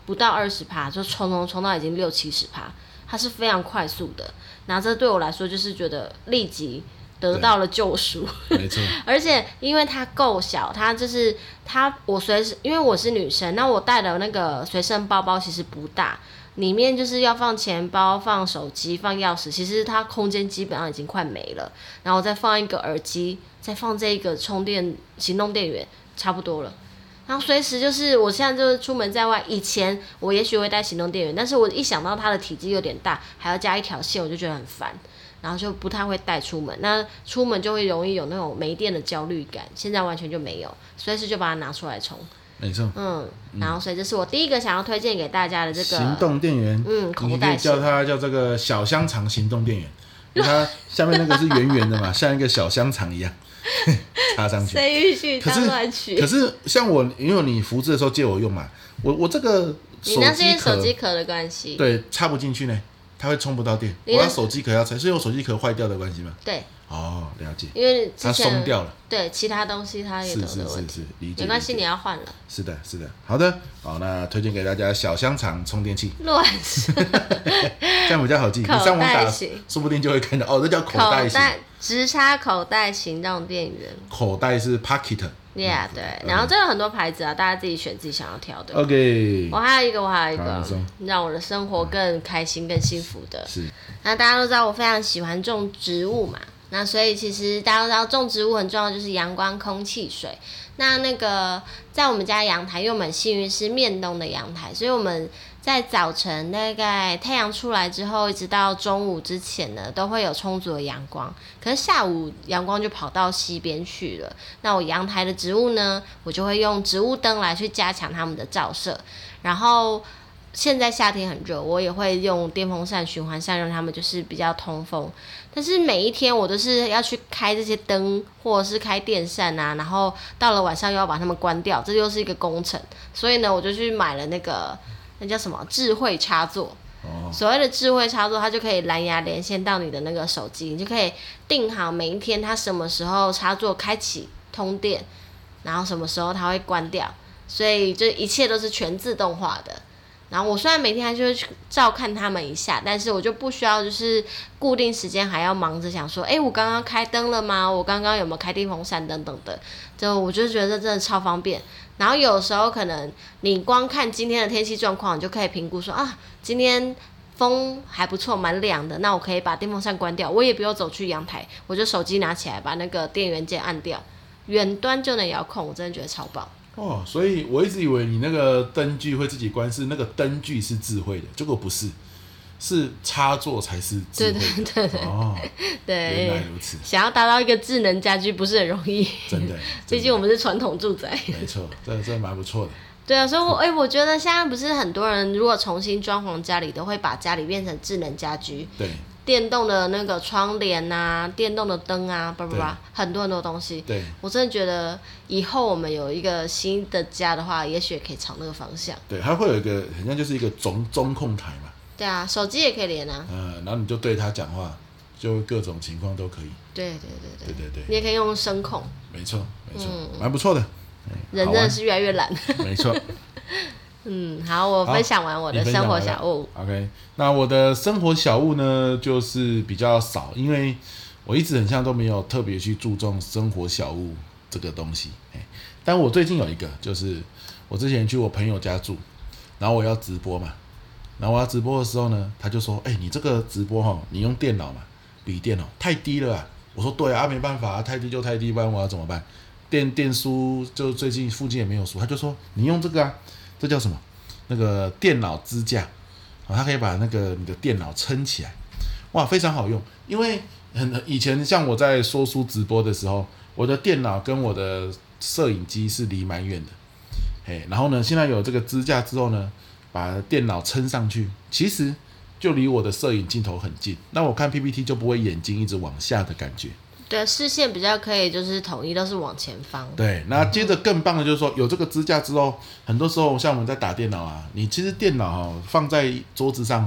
不到二十趴，就冲冲冲到已经六七十趴，它是非常快速的。然后这对我来说就是觉得立即得到了救赎， 没错。 而且因为它够小，它就是它我随时，因为我是女生，那我带的那个随身包包其实不大。里面就是要放钱包、放手机、放钥匙，其实它空间基本上已经快没了。然后再放一个耳机，再放这一个充电行动电源，差不多了。然后随时就是我现在就是出门在外，以前我也许会带行动电源，但是我一想到它的体积有点大，还要加一条线，我就觉得很烦，然后就不太会带出门。那出门就会容易有那种没电的焦虑感，现在完全就没有，随时就把它拿出来充。 没错， 嗯，然后所以这是我第一个想要推荐给大家的这个行动电源， 嗯，口你可袋型， 以叫它叫这个小香肠行动电源，因为它下面那个是圆圆的嘛，像一个小香肠一样插上去。 谁允许当乱取？ 可是像我，因为你福字的时候借我用嘛，我我这个你那是因为手手机壳的关系， 对，插不进去呢，它会充不到电。我要手机壳要插，是因为我手机壳坏掉的关系吗？ 对。 哦，了解。 因为之前它松掉了。 对，其他东西它也都有问题。 是是是是，理解。 没关系，你要换了。 是的，是的，好的，好，那推荐给大家小香肠充电器。 乱说。 这样比较好记，你口上网打， 袋型说不定就会看到哦，这叫口袋型。 口袋直插口袋行动电源。 口袋是 pocket。 Yeah， 对，然后这有很多牌子啊，大家自己选自己想要挑的。 OK。 我还有一个，我还有一好个你说， 让我的生活更开心、更幸福的。 是。 那大家都知道我非常喜欢种植物嘛，那所以其实大家都知道种植物很重要，就是阳光、空气、水。那那个在我们家阳台，因为我们很幸运是面东的阳台，所以我们在早晨大概太阳出来之后，一直到中午之前呢，都会有充足的阳光。可是下午阳光就跑到西边去了。那我阳台的植物呢，我就会用植物灯来去加强它们的照射。然后现在夏天很热，我也会用电风扇循环扇让它们就是比较通风。但是每一天我都是要去开这些灯，或者是开电扇啊，然后到了晚上又要把它们关掉，这又是一个工程。所以呢，我就去买了那个那叫什么智慧插座。 哦、 所谓的智慧插座，它就可以蓝牙连线到你的那个手机，你就可以定好每一天它什么时候插座开启通电，然后什么时候它会关掉，所以就一切都是全自动化的。然后我虽然每天还是会去照看他们一下，但是我就不需要就是固定时间还要忙着想说，哎，我刚刚开灯了吗？我刚刚有没有开电风扇等等的，就我就觉得这真的超方便。然后有时候可能你光看今天的天气状况，你就可以评估说啊，今天风还不错，蛮凉的，那我可以把电风扇关掉，我也不用走去阳台，我就手机拿起来把那个电源键按掉，远端就能遥控，我真的觉得超棒。 哦，所以我一直以为你那个灯具会自己关，是那个灯具是智慧的，结果不是，是插座才是智慧的。 对对对对。 哦， 对， 原来如此。 想要达到一个智能家居不是很容易， 真的。 毕竟我们是传统住宅。 没错，这这蛮不错的。 对啊，所以我哎、欸，我觉得现在不是很多人如果重新装潢家里，都会把家里变成智能家居。 对。 电动的那个窗帘啊，电动的灯啊，叭叭叭，很多很多东西。 对， 我真的觉得以后我们有一个新的家的话，也许也可以朝那个方向。 对，它会有一个很像就是一个中中控台嘛。 对啊，手机也可以连啊。 嗯，然后你就对它讲话，就各种情况都可以。 对对对对对对。 你也可以用声控。 没错没错，蛮、嗯、不错的。 人真的是越来越懒。 没错。 嗯，好，我分享完我的生活小物。 OK， 那我的生活小物呢，就是比较少，因为我一直很像都没有特别去注重生活小物这个东西。但我最近有一个，就是我之前去我朋友家住，然后我要直播嘛，然后我要直播的时候呢，他就说：“哎、欸，你这个直播哈，你用电脑嘛，笔电哦太低了啊。”我说：“对啊，没办法啊，太低就太低，不然我要怎么办？电电书就最近附近也没有书。”他就说：“你用这个啊。”这叫什么？那个电脑支架，它可以把那个你的电脑撑起来，哇，非常好用。因为很以前像我在说书直播的时候，我的电脑跟我的摄影机是离蛮远的，嘿，然后呢，现在有这个支架之后呢，把电脑撑上去，其实就离我的摄影镜头很近，那我看 P P T 就不会眼睛一直往下的感觉。 对，视线比较可以，就是统一都是往前方。 对，那接着更棒的就是说，有这个支架之后，很多时候像我们在打电脑啊，你其实电脑、哦、放在桌子上哦，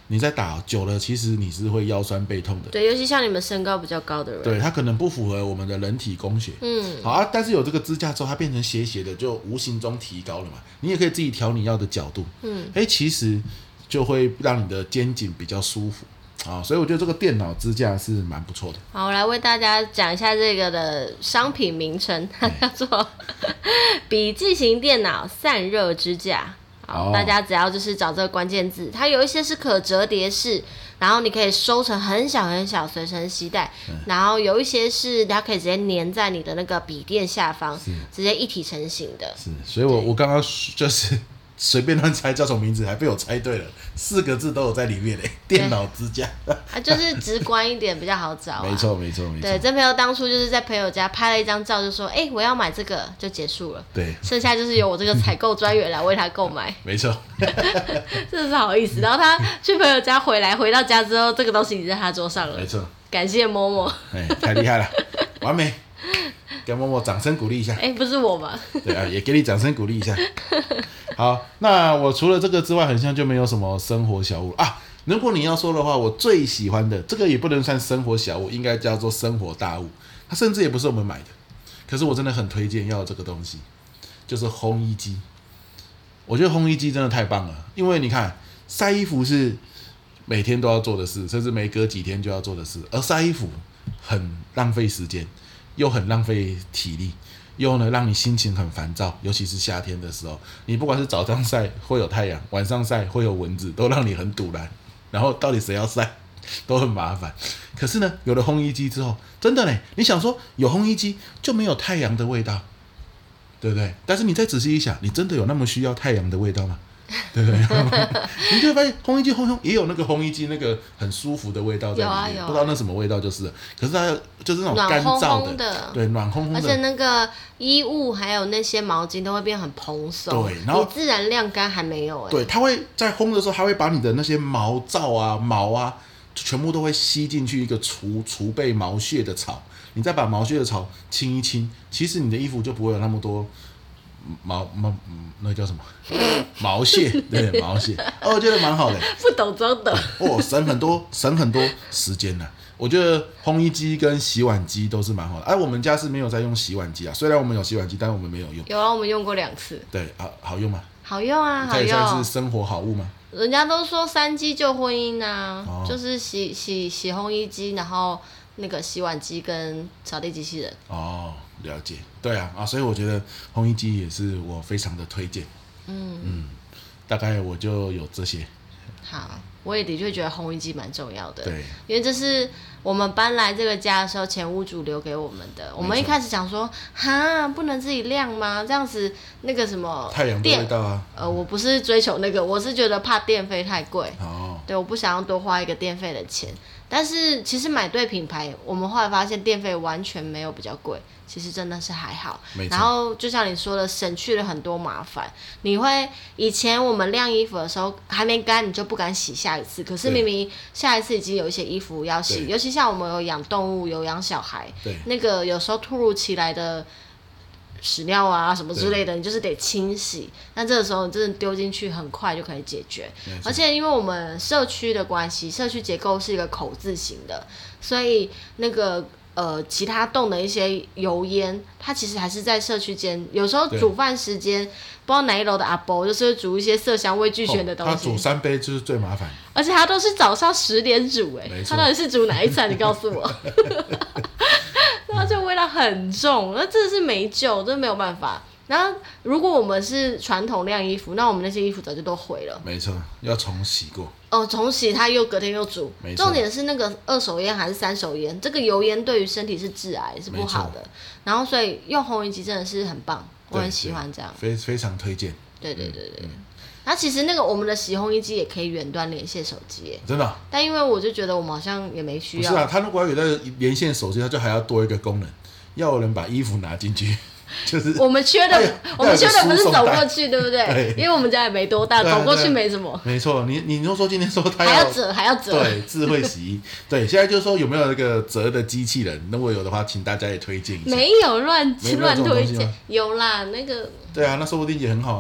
你在打久了，其实你是会腰酸背痛的。 对，尤其像你们身高比较高的人， 对，它可能不符合我们的人体工学。嗯，好啊，但是有这个支架之后，它变成斜斜的，就无形中提高了嘛。你也可以自己调你要的角度。嗯，哎，其实就会让你的肩颈比较舒服啊，所以我觉得这个电脑支架是蛮不错的。 好，我来为大家讲一下这个的商品名称，它叫做笔记型电脑散热支架。好，大家只要就是找这个关键字，它有一些是可折叠式，然后你可以收成很小很小，随身携带。嗯、然后有一些是它可以直接粘在你的那个笔电下方，直接一体成型的。 是，所以我我刚刚就是随便乱猜叫什么名字，还被我猜对了，四个字都有在里面嘞，电脑支架。 啊，就是直观一点比较好找、啊。 没错，没错，没错。 对，这朋友当初就是在朋友家拍了一张照，就说：“哎、欸，我要买这个，就结束了。” 对， 剩下就是由我这个采购专员来为他购买。 没错， 真的是好意思。然后他去朋友家回来，回到家之后，这个东西已经在他桌上了。 没错， 感谢某某。 哎，太厉害了，完美。给默默掌声鼓励一下。 哎、欸，不是我吗？ 对啊，也给你掌声鼓励一下。好，那我除了这个之外，好像就没有什么生活小物啊。如果你要说的话，我最喜欢的这个也不能算生活小物，应该叫做生活大物。它甚至也不是我们买的，可是我真的很推荐要有这个东西，就是烘衣机。我觉得烘衣机真的太棒了，因为你看晒衣服是每天都要做的事，甚至每隔几天就要做的事，而晒衣服很浪费时间。又很浪费体力，又呢让你心情很烦躁，尤其是夏天的时候，你不管是早上晒会有太阳，晚上晒会有蚊子，都让你很堵然。然后到底谁要晒，都很麻烦。可是呢，有了烘衣机之后，真的呢，你想说有烘衣机就没有太阳的味道，对不对？但是你再仔细一想，你真的有那么需要太阳的味道吗？对不对？你就会发现烘衣机烘烘也有那个烘衣机那个很舒服的味道在里面， 有啊有啊， 不知道那什么味道就是了。可是它就是那种干燥的， 暖烘烘的对，暖烘烘的， 而且那个衣物还有那些毛巾都会变很蓬松， 对，然后你自然晾干还没有哎、欸， 对，它会在烘的时候，它会把你的那些毛躁啊、毛啊，全部都会吸进去一个除除备毛屑的草，你再把毛屑的草清一清，其实你的衣服就不会有那么多。毛毛那个叫什么毛屑？对，毛屑。哦，我觉得蛮好的。 不懂装懂。 哦，省很多，省很多时间呢。我觉得烘衣机跟洗碗机都是蛮好的。哎，我们家是没有在用洗碗机啊，虽然我们有洗碗机，但是我们没有用。 有啊，我们用过两次。 对，好好用吗？ 好用啊，好它也算用。 是生活好物吗？ 人家都说三机救婚姻啊， 哦、 就是洗洗洗烘衣机，然后那个洗碗机跟扫地机器人。 哦。了解，对啊，啊，所以我觉得烘衣机也是我非常的推荐。嗯嗯，大概我就有这些。 好，我也的确觉得烘衣机蛮重要的。 对， 因为这是我们搬来这个家的时候，前屋主留给我们的。我们一开始想说，哈，不能自己晾吗？这样子那个什么太阳的味道啊。 呃，我不是追求那个，我是觉得怕电费太贵。 哦。对， 我不想要多花一个电费的钱。但是其实买对品牌，我们后来发现电费完全没有比较贵。其实真的是还好，然后就像你说的，省去了很多麻烦。你会以前我们晾衣服的时候还没干，你就不敢洗下一次。可是明明下一次已经有一些衣服要洗，尤其像我们有养动物、有养小孩，那个有时候突如其来的屎尿啊什么之类的，你就是得清洗。那这个时候你真的丢进去，很快就可以解决。而且因为我们社区的关系，社区结构是一个口字形的，所以那个。呃，其他栋的一些油烟，它其实还是在社区间。有时候煮饭时间，不知道哪一楼的阿伯就是会煮一些色香味俱全的东西。 哦、他煮三杯就是最麻烦。 而且他都是早上十点煮、欸，哎，他到底是煮哪一餐？你告诉我。然后就味道很重，那真的是没救，真的没有办法。然后，如果我们是传统晾衣服，那我们那些衣服早就都毁了。 没错，要重洗过。 哦，重洗它又隔天又煮。重点是那个二手烟还是三手烟，这个油烟对于身体是致癌，是不好的。然后，所以用烘衣机真的是很棒，我很喜欢这样， 非非常推荐。 对对对对。嗯那其实那个我们的洗烘衣机也可以远端连线手机耶， 真的、啊。 但因为我就觉得我们好像也没需要。 不是啊，他如果要有那个连线手机，他就还要多一个功能，要有人把衣服拿进去。就是我们缺的，我们缺的不是走过去，对不对？对，因为我们家也没多大，走过去没什么。 没错，你你就说今天说他还要折，还要折。 对，智慧洗衣。对，现在就是说有没有那个折的机器人？如果有的话，请大家也推荐一下。 没有乱乱推荐，有啦，那个。 对啊，那说不定也很好啊。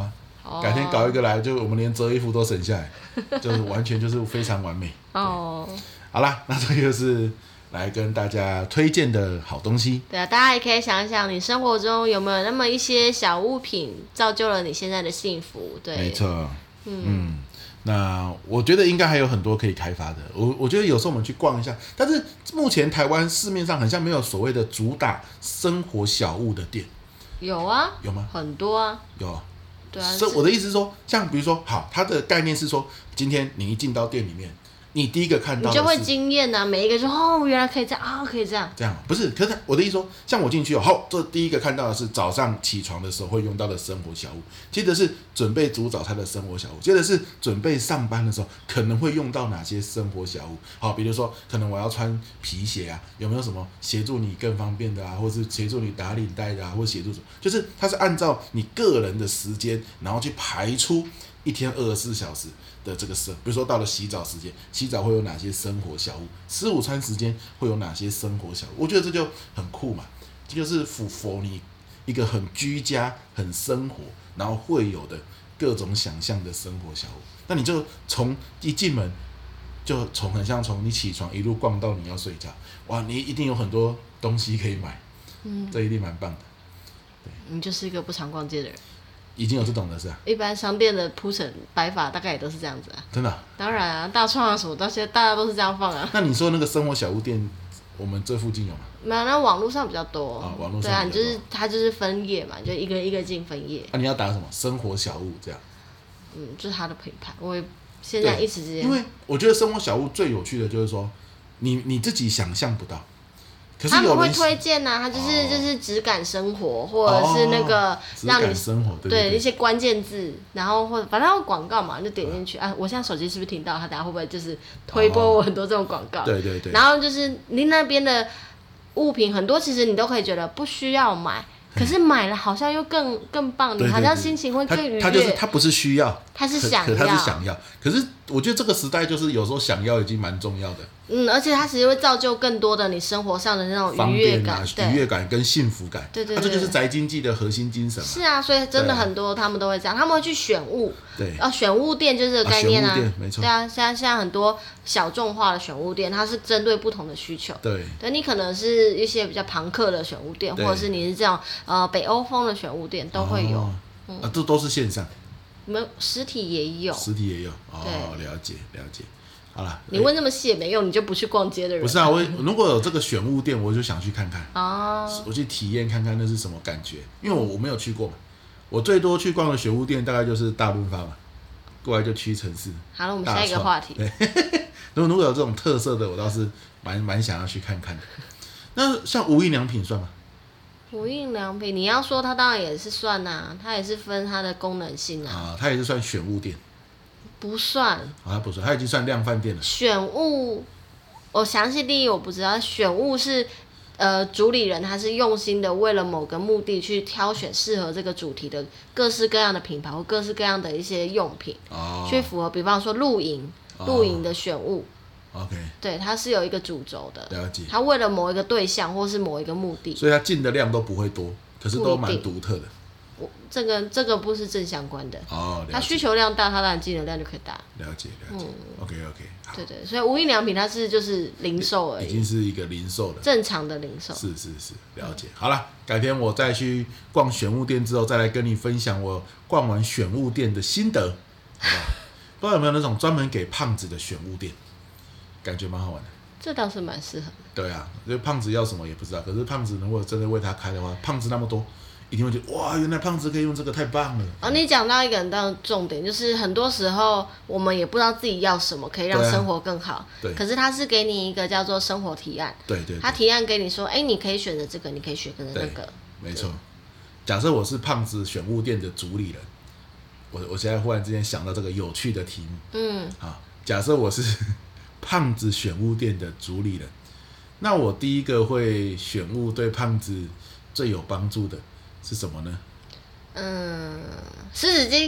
哦改天搞一个来，就我们连折衣服都省下来，就是完全就是非常完美。 哦， 好啦，那这个就是来跟大家推荐的好东西。 对啊，大家也可以想一想，你生活中有没有那么一些小物品，造就了你现在的幸福？对， 没错，嗯。嗯那我觉得应该还有很多可以开发的。我我觉得有时候我们去逛一下，但是目前台湾市面上好像没有所谓的主打生活小物的店。 有啊， 有吗？ 很多啊。 有。 对啊。 所以我的意思是说，像比如说，好，它的概念是说，今天你一进到店里面，你第一个看到的是， 你就会惊艳啊！每一个说哦，原来可以这样啊，可以这样。 这样不是？可是我的意思说，像我进去后，这第一个看到的是早上起床的时候会用到的生活小物，接着是准备煮早餐的生活小物，接着是准备上班的时候可能会用到哪些生活小物。好，比如说可能我要穿皮鞋啊，有没有什么协助你更方便的啊，或是协助你打领带的啊，或协助什么？就是它是按照你个人的时间，然后去排出一天二十四小时的这个生，比如说到了洗澡时间，洗澡会有哪些生活小物？吃午餐时间会有哪些生活小物？我觉得这就很酷嘛，这就是符合你一个很居家、很生活，然后会有的各种想象的生活小物。那你就从一进门，就从很像从你起床一路逛到你要睡觉，哇，你一定有很多东西可以买，嗯，这一定蛮棒的。 对，你就是一个不常逛街的人。 已经有这种的是啊， 一般商店的铺陈摆法大概也都是这样子啊。 真的、啊？ 当然啊，大创啊什么，到现在大家都是这样放啊。 那你说那个生活小物店，我们这附近有吗？ 没有，那网络上比较多。 啊，网络上对啊，你就是它就是分页嘛，就一个一个进分页。 啊，你要打什么生活小物这样？ 嗯，就是它的品牌，我也现在一时之间。 因为我觉得生活小物最有趣的就是说，你你自己想象不到。可是有人他们会推荐呐、啊，他就是、 哦、 就是质感生活，或者是那个让你、 哦、生活 对, 对, 对, 对一些关键字，然后或者反正有广告嘛，就点进去啊。我现在手机是不是听到他？等下会不会就是推播我很多这种广告？ 哦、对对对。 然后就是您那边的物品很多，其实你都可以觉得不需要买，可是买了好像又更更棒，你好像心情会更愉悦。 他就是他不是需要， 他是想要， 可他是想要。可是我觉得这个时代就是有时候想要已经蛮重要的。 嗯，而且它其实会造就更多的你生活上的那种愉悦感， 啊、愉悦感跟幸福感。 对对对， 啊、这就是宅经济的核心精神嘛。 是啊，所以真的很多他们都会这样，他们会去选物。 对， 哦，选物店就是这个概念啊， 啊选物店没错。 对啊，现在现在很多小众化的选物店，它是针对不同的需求。 对， 对你可能是一些比较朋克的选物店，或者是你是这种呃北欧风的选物店都会有。 哦、 嗯、 啊，这都是线上。 没有实体也有， 实体也有哦，了解了解。好了， 你问那么细也没用，你就不去逛街的人。 不是啊，我如果有这个选物店，我就想去看看哦， 我去体验看看那是什么感觉，因为我我没有去过嘛，我最多去逛的选物店大概就是大润发嘛，过来就屈臣氏。 好了，我们下一个话题。 对，如果如果有这种特色的，我倒是蛮蛮想要去看看的。那像无印良品算吗？ 无印良品，你要说它当然也是算呐、啊，它也是分它的功能性啊。 啊，它也是算选物店。 不算， 啊，它不算，它已经算量贩店了。 选物，我详细定义我不知道。选物是，呃，主理人他是用心的为了某个目的去挑选适合这个主题的各式各样的品牌或各式各样的一些用品， 哦、 去符合，比方说露营，露营的选物。 哦、OK。 对，它是有一个主轴的。 了解。 它为了某一个对象或是某一个目的， 所以它进的量都不会多，可是都蛮独特的。 我这个这个不是正相关的哦， 它需求量大，它当然进的量就可以大。 了解了解、嗯、，OK OK， 好。 对对，所以无印良品它是就是零售而已， 已经是一个零售的正常的零售。 是是是，了解。嗯、好了，改天我再去逛选物店之后，再来跟你分享我逛完选物店的心得，好不好？不知道有没有那种专门给胖子的选物店，感觉蛮好玩的。 这倒是蛮适合的。 对啊，因为胖子要什么也不知道，可是胖子如果真的为他开的话，胖子那么多。一定会觉得哇，原来胖子可以用这个，太棒了。 哦，你讲到一个很大的重点，就是很多时候我们也不知道自己要什么，可以让生活更好。 对。 可是他是给你一个叫做生活提案。 对 对, 對。 他提案给你说，哎、欸，你可以选择这个，你可以选择那个。 没错。假设我是胖子选物店的主理人，我我现在忽然之间想到这个有趣的题目。嗯。好，假设我是胖子选物店的主理人，那我第一个会选物对胖子最有帮助的。是什么呢？ 嗯，湿纸巾。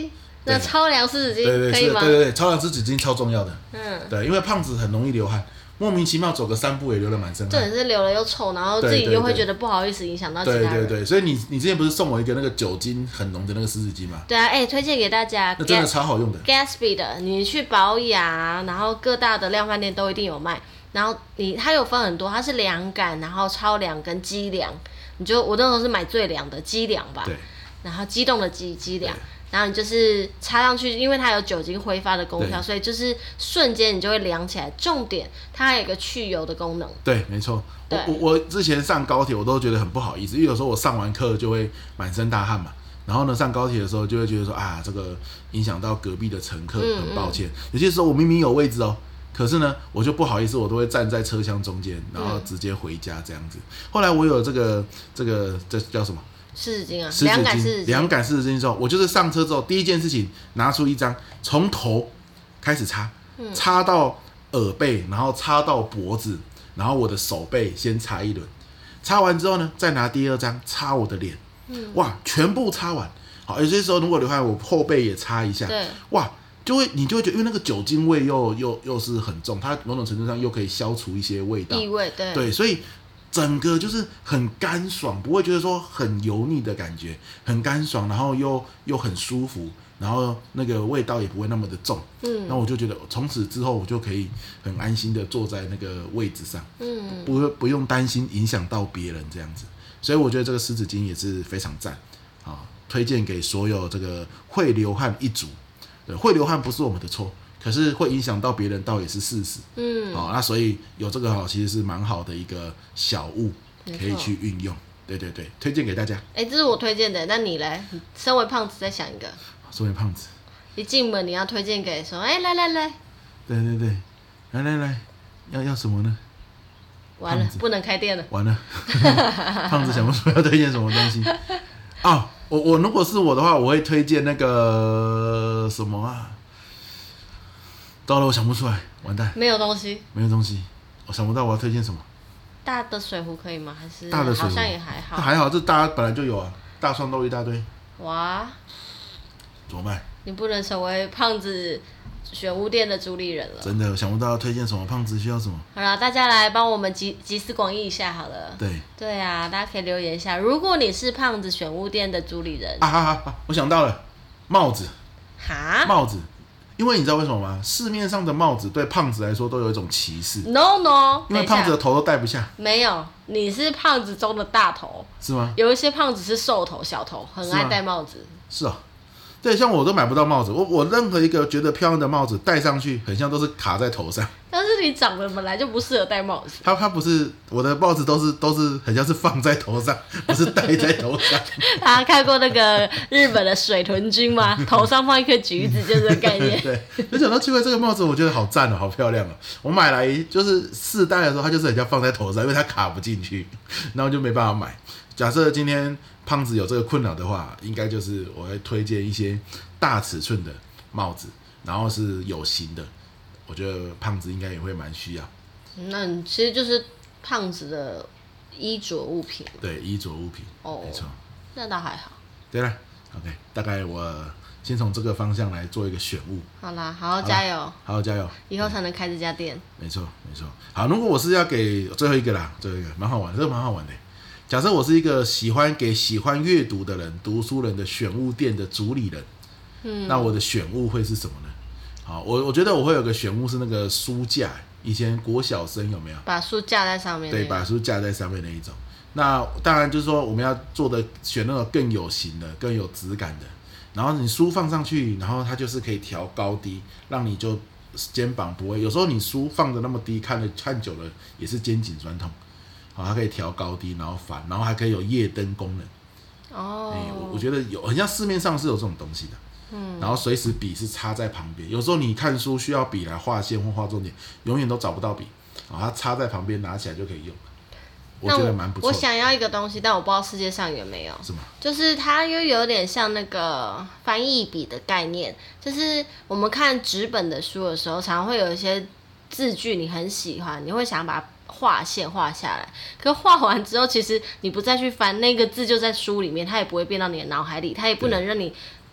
那超凉湿纸巾对对可以吗？ 对对对，超凉湿纸巾超重要的。 嗯， 对，因为胖子很容易流汗，莫名其妙走个三步也流得满身汗。 重点是流了又臭，然后自己又会觉得不好意思影响到其他人。 对对对，所以你你之前不是送我一个那个酒精很浓的那个湿纸巾吗？ 对啊，哎、欸，推荐给大家， 那真的超好用的。 Gatsby 的，你去宝雅，然后各大的量贩店都一定有卖。然后你它有分很多，它是凉感，然后超凉跟激凉。你就我那时候是买最凉的激凉吧， 对。 然后激动的激激凉，然后你就是插上去，因为它有酒精挥发的功效，所以就是瞬间你就会凉起来。重点它还有一个去油的功能。 对，没错。我我我之前上高铁我都觉得很不好意思，因为有时候我上完课就会满身大汗嘛。然后呢，上高铁的时候就会觉得说啊，这个影响到隔壁的乘客，很抱歉。嗯嗯有些时候我明明有位置哦。可是呢，我就不好意思，我都会站在车厢中间，然后直接回家这样子。嗯、后来我有这个这个这叫什么？ 湿纸巾啊， 凉感湿纸巾。 凉感湿纸巾之后，我就是上车之后第一件事情拿出一张，从头开始擦，嗯、擦到耳背，然后擦到脖子，然后我的手背先擦一轮。擦完之后呢，再拿第二张擦我的脸，嗯、哇，全部擦完。好，有些时候如果流汗，我后背也擦一下。 对， 哇。就会你就会觉得，因为那个酒精味又又又是很重，它某种程度上又可以消除一些味道， 异味，对对，所以整个就是很干爽，不会觉得说很油腻的感觉，很干爽，然后又又很舒服，然后那个味道也不会那么的重。嗯，那我就觉得从此之后我就可以很安心的坐在那个位置上，嗯，不不用担心影响到别人这样子，所以我觉得这个湿纸巾也是非常赞啊，推荐给所有这个会流汗一族。对，会流汗不是我们的错，可是会影响到别人倒也是事实。嗯，好、哦，那所以有这个哈，其实是蛮好的一个小物，可以去运用。对对对，推荐给大家。 哎、欸，这是我推荐的，那你嘞？身为胖子，再想一个。 身为胖子， 一进门你要推荐给说，哎、欸，来来来。对对对，来来来，要要什么呢？ 完了，不能开店了。 完了，胖子想不出要推荐什么东西啊。哦我我如果是我的话，我会推荐那个什么啊？到了，我想不出来，完蛋。 没有东西。 没有东西，我想不到我要推荐什么。 大的水壶可以吗？还是大的水壶好像也还好。 还好，这大家本来就有啊，大创都一大堆。 哇！ 怎么办？ 你不能成为胖子选物店的主理人了。 真的，我想不到要推荐什么，胖子需要什么。 好了，大家来帮我们集集思广益一下好了。 对。 对啊，大家可以留言一下，如果你是胖子选物店的主理人。 啊啊啊啊！我想到了，帽子。 哈？ 帽子。因为你知道为什么吗？市面上的帽子对胖子来说都有一种歧视。 No no， 因为胖子的头都戴不下。 没有，你是胖子中的大头。 是吗？ 有一些胖子是瘦头、小头，很爱戴帽子。 是啊。对，像我都买不到帽子，我我任何一个觉得漂亮的帽子戴上去，很像都是卡在头上。 但是你长得本来就不适合戴帽子。 它它不是我的帽子都是都是很像是放在头上，不是戴在头上。 大家看过那个日本的水豚君吗？头上放一颗橘子，就是这个概念。 对，没想到奇怪这个帽子，我觉得好赞哦，好漂亮哦。我买来就是试戴的时候，它就是很像放在头上，因为它卡不进去，然后就没办法买。假设今天胖子有这个困扰的话，应该就是我会推荐一些大尺寸的帽子，然后是有型的，我觉得胖子应该也会蛮需要。 那你其实就是胖子的衣着物品。 对，衣着物品。哦，没错。 那倒还好。 对了 ，OK， 大概我先从这个方向来做一个选物。 好啦，好好加油， 好好加油， 以后才能开这家店。 没错，没错。好，如果我是要给最后一个啦，最后一个蛮好玩，这个蛮好玩的。假设我是一个喜欢给喜欢阅读的人、读书人的选物店的主理人，嗯，那我的选物会是什么呢？好，我我觉得我会有个选物是那个书架，以前国小生有没有把书架在上面？ 对，把书架在上面那一种。那当然就是说我们要做的选那种更有型的、更有质感的，然后你书放上去，然后它就是可以调高低，让你就肩膀不会。有时候你书放的那么低，看了看久了也是肩颈酸痛。好，它可以调高低，然后反，然后还可以有夜灯功能。哦，欸、我我觉得有，很像市面上是有这种东西的。嗯，然后随时笔是插在旁边，有时候你看书需要笔来画线或画重点，永远都找不到笔，啊，它插在旁边，拿起来就可以用。我觉得蛮不错的。 我想要一个东西，但我不知道世界上有没有。 什么？ 就是它又有点像那个翻译笔的概念，就是我们看纸本的书的时候，常常会有一些字句你很喜欢，你会想把它画线画下来，可画完之后，其实你不再去翻那个字，就在书里面，它也不会变到你的脑海里，它也不能让你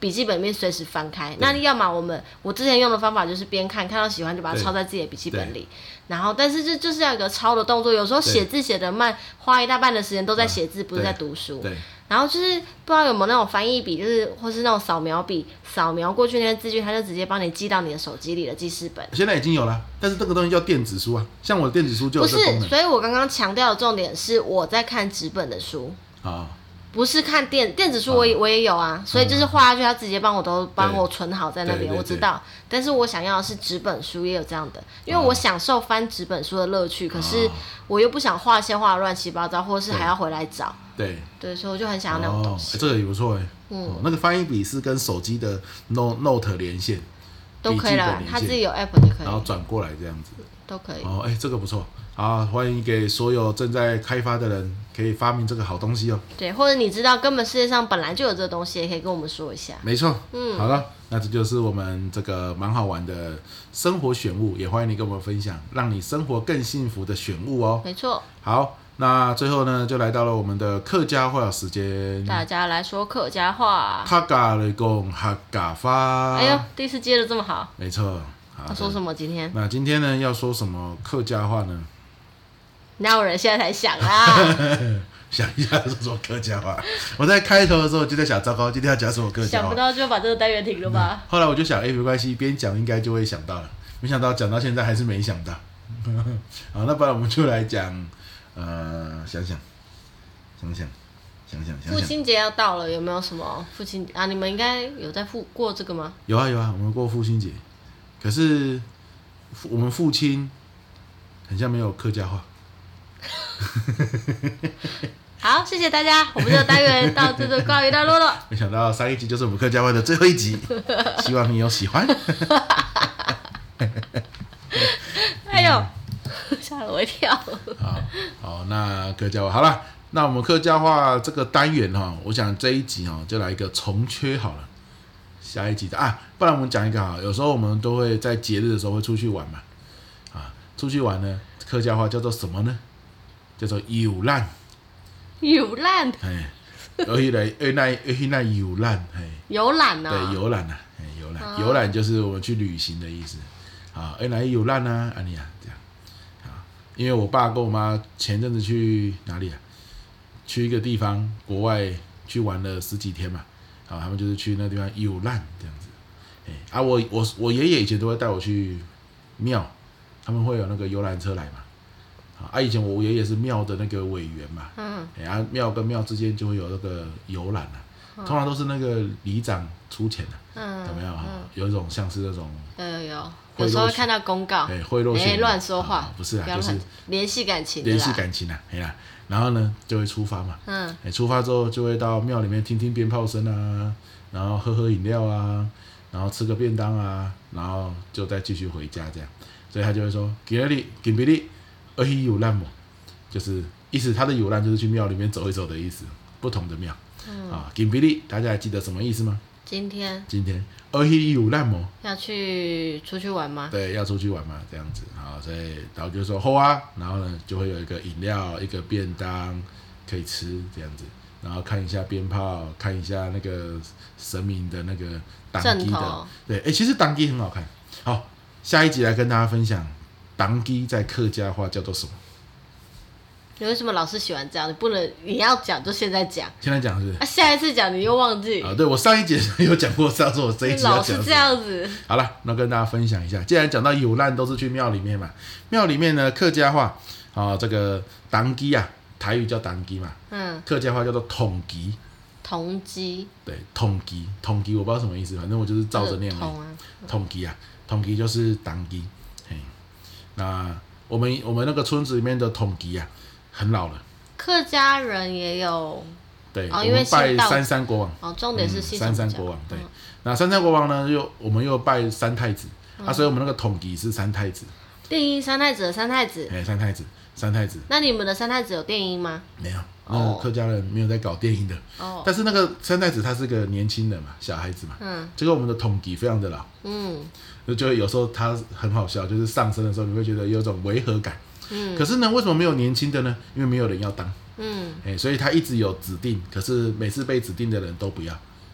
笔记本里面随时翻开。那要么我们我之前用的方法就是边看看到喜欢就把它抄在自己的笔记本里，然后但是这就是要有一个抄的动作。有时候写字写得慢，花一大半的时间都在写字，不是在读书。 对。 然后就是不知道有没有那种翻译笔，就是或是那种扫描笔，扫描过去那些字句，它就直接帮你记到你的手机里的记事本。 现在已经有了，但是这个东西叫电子书啊，像我的电子书就有这个功能。 不是，所以我刚刚强调的重点是我在看纸本的书。 啊。 不是看电电子书我也，我、哦、我也有啊，所以就是画下去，他直接帮我都帮我存好在那边，我知道。但是我想要的是纸本书，也有这样的，因为我享受翻纸本书的乐趣，可是我又不想画线画乱七八糟，或是还要回来找。对对，所以我就很想要那种东西。 哦欸、这个也不错哎、欸，嗯、哦，那个翻译笔是跟手机的 Note Note 连线， 都可以了，他自己有 App 就可以， 然后转过来这样子， 都可以。 哦，哎、欸，这个不错。好，欢迎给所有正在开发的人，可以发明这个好东西哦。 对，或者你知道根本世界上本来就有这个东西，也可以跟我们说一下。 没错，嗯，好了，那这就是我们这个蛮好玩的生活选物，也欢迎你跟我们分享，让你生活更幸福的选物哦。 没错。 好，那最后呢，就来到了我们的客家话时间。 大家来说客家话。 客家来讲客家话。 哎呦，第一次接的这么好。 没错。 要说什么今天？ 那今天呢，要说什么客家话呢？ 哪有人现在才想啦？ 想一下说什么客家话。我在开头的时候就在想，糟糕，今天要讲什么客家话？ 想不到就把这个单元停了吧。 嗯、后来我就想，哎、欸，没关系，边讲应该就会想到了。没想到讲到现在还是没想到。好，那不然我们就来讲，呃，想想，想想，想想，想想。 父亲节要到了，有没有什么父亲啊？你们应该有在过过这个吗？ 有啊有啊，我们过父亲节，可是我们父亲很像没有客家话。 好，谢谢大家，我们这个单元到这就告一段落了。 没想到上一集就是我们客家话的最后一集，希望你有喜欢。 哎呦，吓了我一跳。 好，好，那客家话好了，那我们客家话这个单元哈，我想这一集哈就来一个重缺好了，下一集的啊，不然我们讲一个哈，有时候我们都会在节日的时候会出去玩嘛，啊，出去玩呢，客家话叫做什么呢？叫做游览， 游览， 哎，有一来，有那有那游览，哎， 游览啊， 对，游览啊，哎，游览，游览就是我们去旅行的意思，啊，哎，来游览啊，安尼啊，这样，啊，因为我爸跟我妈前阵子去哪里啊？去一个地方，国外去玩了十几天嘛，啊，他们就是去那地方游览这样子，哎，啊，我我我爷爷以前都会带我去庙，他们会有那个游览车来嘛。啊，以前我爷爷是庙的那个委员嘛，嗯，然后庙跟庙之间就会有那个游览啊，嗯、通常都是那个里长出钱的、啊，嗯，有没有哈？嗯、有一种像是那种， 有有有，有时候会看到公告， 哎，贿赂性， 乱说话、 啊，不是啊，就是联系感情， 联系感情啊，哎呀，然后呢就会出发嘛，嗯，哎，出发之后就会到庙里面听听鞭炮声啊，然后喝喝饮料啊，然后吃个便当啊，然后就再继续回家这样，所以他就会说，今日今比你。而去游览嘛，就是意思，他的游览就是去庙里面走一走的意思，不同的庙。嗯、啊，今比利，大家还记得什么意思吗？ 今天。 今天，而去游览嘛。 要去出去玩吗？ 对，要出去玩嘛，这样子。好，所以然后就说好啊，然后呢就会有一个饮料，一个便当可以吃这样子，然后看一下鞭炮，看一下那个神明的那个当机的。对，哎、欸，其实当机很好看。好，下一集来跟大家分享。当机在客家话叫做什么？ 你为什么老是喜欢这样？你不能，你要讲就现在讲。 现在讲是不是？ 啊，下一次讲你又忘记。 啊，对，我上一节有讲过，是要说我这一集要讲。 老是这样子。 好了，那跟大家分享一下，既然讲到游览都是去庙里面嘛，庙里面呢客家话啊，这个当机啊，台语叫当机嘛，嗯，客家话叫做统机。 统机。对， 统机，统机我不知道什么意思，反正我就是照着念而已。统啊。统机啊，统机就是当机。那我们我们那个村子里面的统计啊，很老了。客家人也有， 对，哦、我们拜三山国王。 哦，重点是、嗯、 三山国王，对。嗯、那三山国王呢，又我们又拜三太子、嗯、啊，所以我们那个统计是三太子。 电音三太子的三太子。 哎，三太子，三太子。 那你们的三太子有电音吗？ 没有，那个客家人没有在搞电音的。哦。但是那个三太子他是个年轻人嘛，小孩子嘛。嗯。这个我们的统计非常的老。嗯。就会有时候他很好笑，就是上身的时候你会觉得有种违和感。嗯。可是呢，为什么没有年轻的呢？因为没有人要当。嗯。哎，所以他一直有指定，可是每次被指定的人都不要。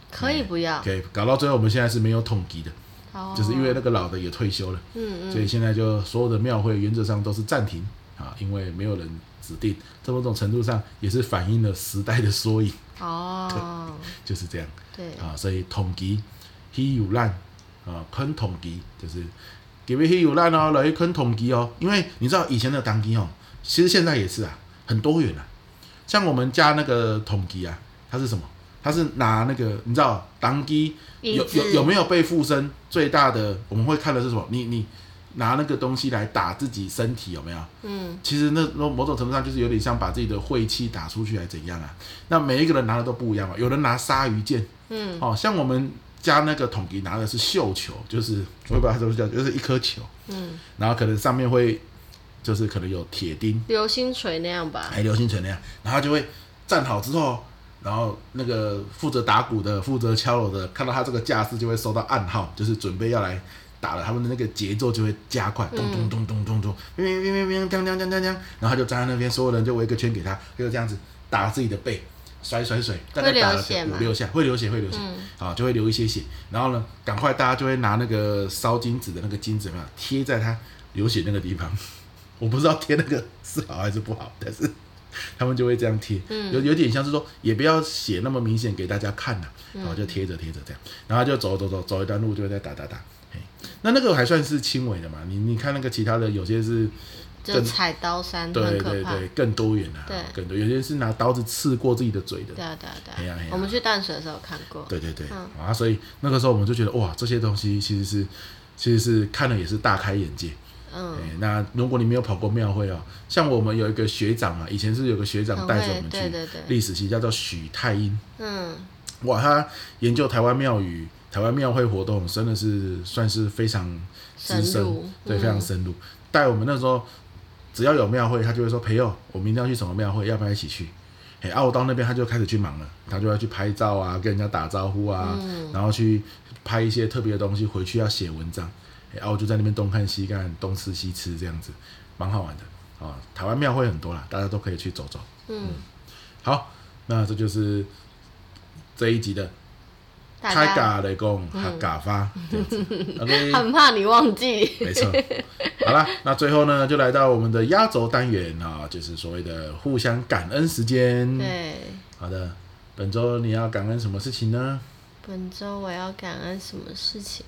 可以不要， 可以搞到最后，我们现在是没有统计的， 哦、 就是因为那个老的也退休了， 嗯嗯， 所以现在就所有的庙会原则上都是暂停啊，因为没有人指定，这某种程度上也是反映了时代的缩影。 哦， 就是这样。 对啊，所以统计稀有烂啊，坑统计就是给别稀有烂哦，来坑统计哦。因为你知道以前的当机哦，其实现在也是啊，很多元啊。像我们家那个统计啊，它是什么？它是拿那个你知道当机有有有没有被附身？最大的我们会看的是什么？你你拿那个东西来打自己身体有没有？嗯，其实那那某种程度上就是有点像把自己的晦气打出去，还是怎样啊？那每一个人拿的都不一样嘛。有人拿鲨鱼剑，嗯，哦，像我们家那个统计拿的是绣球，就是我也不知道怎么叫，就是一颗球，嗯，然后可能上面会就是可能有铁钉， 流星锤那样吧， 哎，流星锤那样，然后就会站好之后。然后那个负责打鼓的、负责敲锣的，看到他这个架势就会收到暗号，就是准备要来打了，他们的那个节奏就会加快，咚咚咚咚咚咚，乒乒乒乒乒，当当当当当，然后他就站在那边，所有人就围个圈给他，就这样子打自己的背，甩甩水，大概打了五六下，会流血，会流血，啊，就会流一些血，然后呢，赶快大家就会拿那个烧金纸的那个金纸，有没有贴在他流血那个地方？我不知道贴那个是好还是不好，但是。他们就会这样贴，嗯、有有点像是说，也不要写那么明显给大家看呐、啊，然后就贴着贴着这样，然后就走走走走一段路就会再打打打，那那个还算是轻微的嘛，你你看那个其他的有些是就踩刀山， 对对对，更多元啊， 对， 更多，有些是拿刀子刺过自己的嘴的， 对啊对啊对啊， 我们去淡水的时候有看过， 对对对，嗯、啊，所以那个时候我们就觉得哇，这些东西其实是其实是看了也是大开眼界。嗯、欸，那如果你没有跑过庙会哦，像我们有一个学长啊，以前是有个学长带着我们去历史系，叫做许太英。嗯，哇，他研究台湾庙宇、台湾庙会活动，真的是算是非常资深，对，非常深入。带、嗯、我们那时候只要有庙会，他就会说：“朋友，我明天要去什么庙会，要不要一起去？”哎、欸，啊，我到那边他就开始去忙了，他就要去拍照啊，跟人家打招呼啊，嗯、然后去拍一些特别的东西，回去要写文章。然后、欸啊、我就在那边东看西看，东吃西吃，这样子，蛮好玩的啊、哦。台湾庙会很多啦，大家都可以去走走。嗯，嗯好，那这就是这一集的开嘎雷公和嘎发，嗯、OK， 很怕你忘记。 没错。好啦，那最后呢，就来到我们的压轴单元啊、哦，就是所谓的互相感恩时间。 对， 好的，本周你要感恩什么事情呢？ 本周我要感恩什么事情？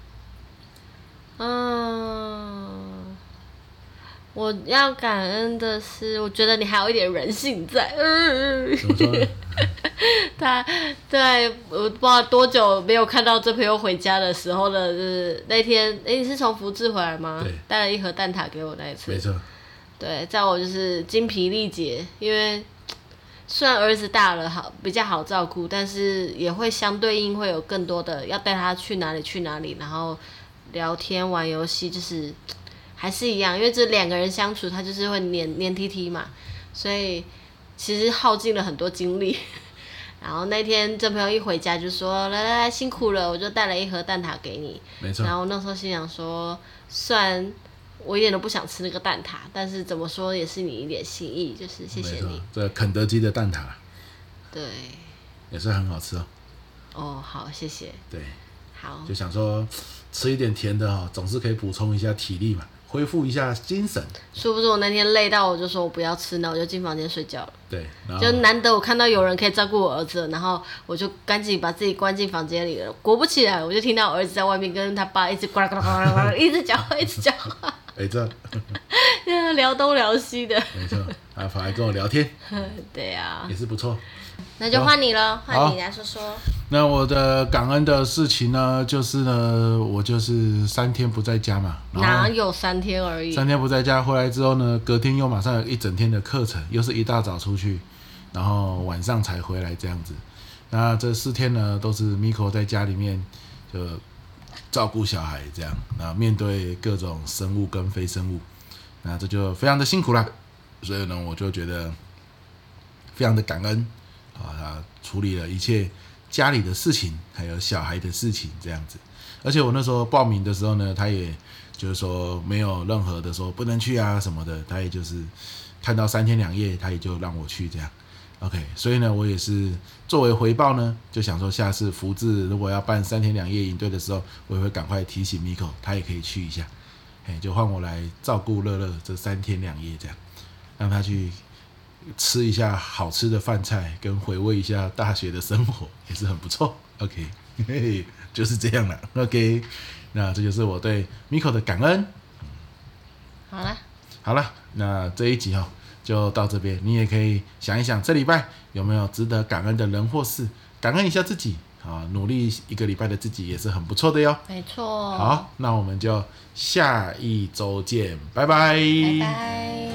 嗯，我要感恩的是，我觉得你还有一点人性在。嗯， 怎么说呢？ 他对我不知道多久没有看到这朋友回家的时候了，就是那天，哎、欸，你是从福治回来吗？ 对， 带了一盒蛋挞给我那一次。 没错。 对，在我就是精疲力竭，因为虽然儿子大了好比较好照顾，但是也会相对应会有更多的要带他去哪里去哪里，然后。聊天玩游戏就是还是一样，因为这两个人相处，他就是会黏黏踢踢嘛，所以其实耗尽了很多精力。然后那天这朋友一回家就说：“来来来，辛苦了，我就带了一盒蛋挞给你。” 没错。 然后那时候心想说，虽然我一点都不想吃那个蛋挞，但是怎么说也是你一点心意，就是谢谢你。 这肯德基的蛋挞， 对， 也是很好吃哦。 哦，好，谢谢。 对， 好， 就想说。吃一点甜的哦，总是可以补充一下体力嘛，恢复一下精神。 殊不知我那天累到，我就说我不要吃，那我就进房间睡觉了。 对， 就难得我看到有人可以照顾我儿子，然后我就赶紧把自己关进房间里了。果不其然，我就听到我儿子在外面跟他爸一直呱啦呱啦呱啦呱啦，一直讲话，一直讲话。 哎，这聊东聊西的。 没错，还跑来跟我聊天。 对呀、啊， 也是不错。 那就换你了，换你来说说。 那我的感恩的事情呢，就是呢，我就是三天不在家嘛。 哪有三天而已？ 三天不在家，回来之后呢，隔天又马上有一整天的课程，又是一大早出去，然后晚上才回来这样子。那这四天呢，都是 Miko 在家里面就照顾小孩这样，那面对各种生物跟非生物，那这就非常的辛苦啦。所以呢，我就觉得非常的感恩啊，他处理了一切家里的事情，还有小孩的事情这样子。而且我那时候报名的时候呢，他也就是说没有任何的说不能去啊什么的，他也就是看到三天两夜，他也就让我去这样。 OK， 所以呢，我也是作为回报呢，就想说下次福智如果要办三天两夜营队的时候，我也会赶快提醒 Miko， 他也可以去一下，哎，就换我来照顾乐乐这三天两夜这样，让他去吃一下好吃的饭菜，跟回味一下大学的生活，也是很不错。OK， 嘿嘿，就是这样了。OK， 那这就是我对 Miko 的感恩。 好啦， 好了，那这一集哦。就到这边，你也可以想一想，这礼拜有没有值得感恩的人或事，感恩一下自己啊，努力一个礼拜的自己也是很不错的哟。 没错。 好，那我们就下一周见，拜拜。 拜拜。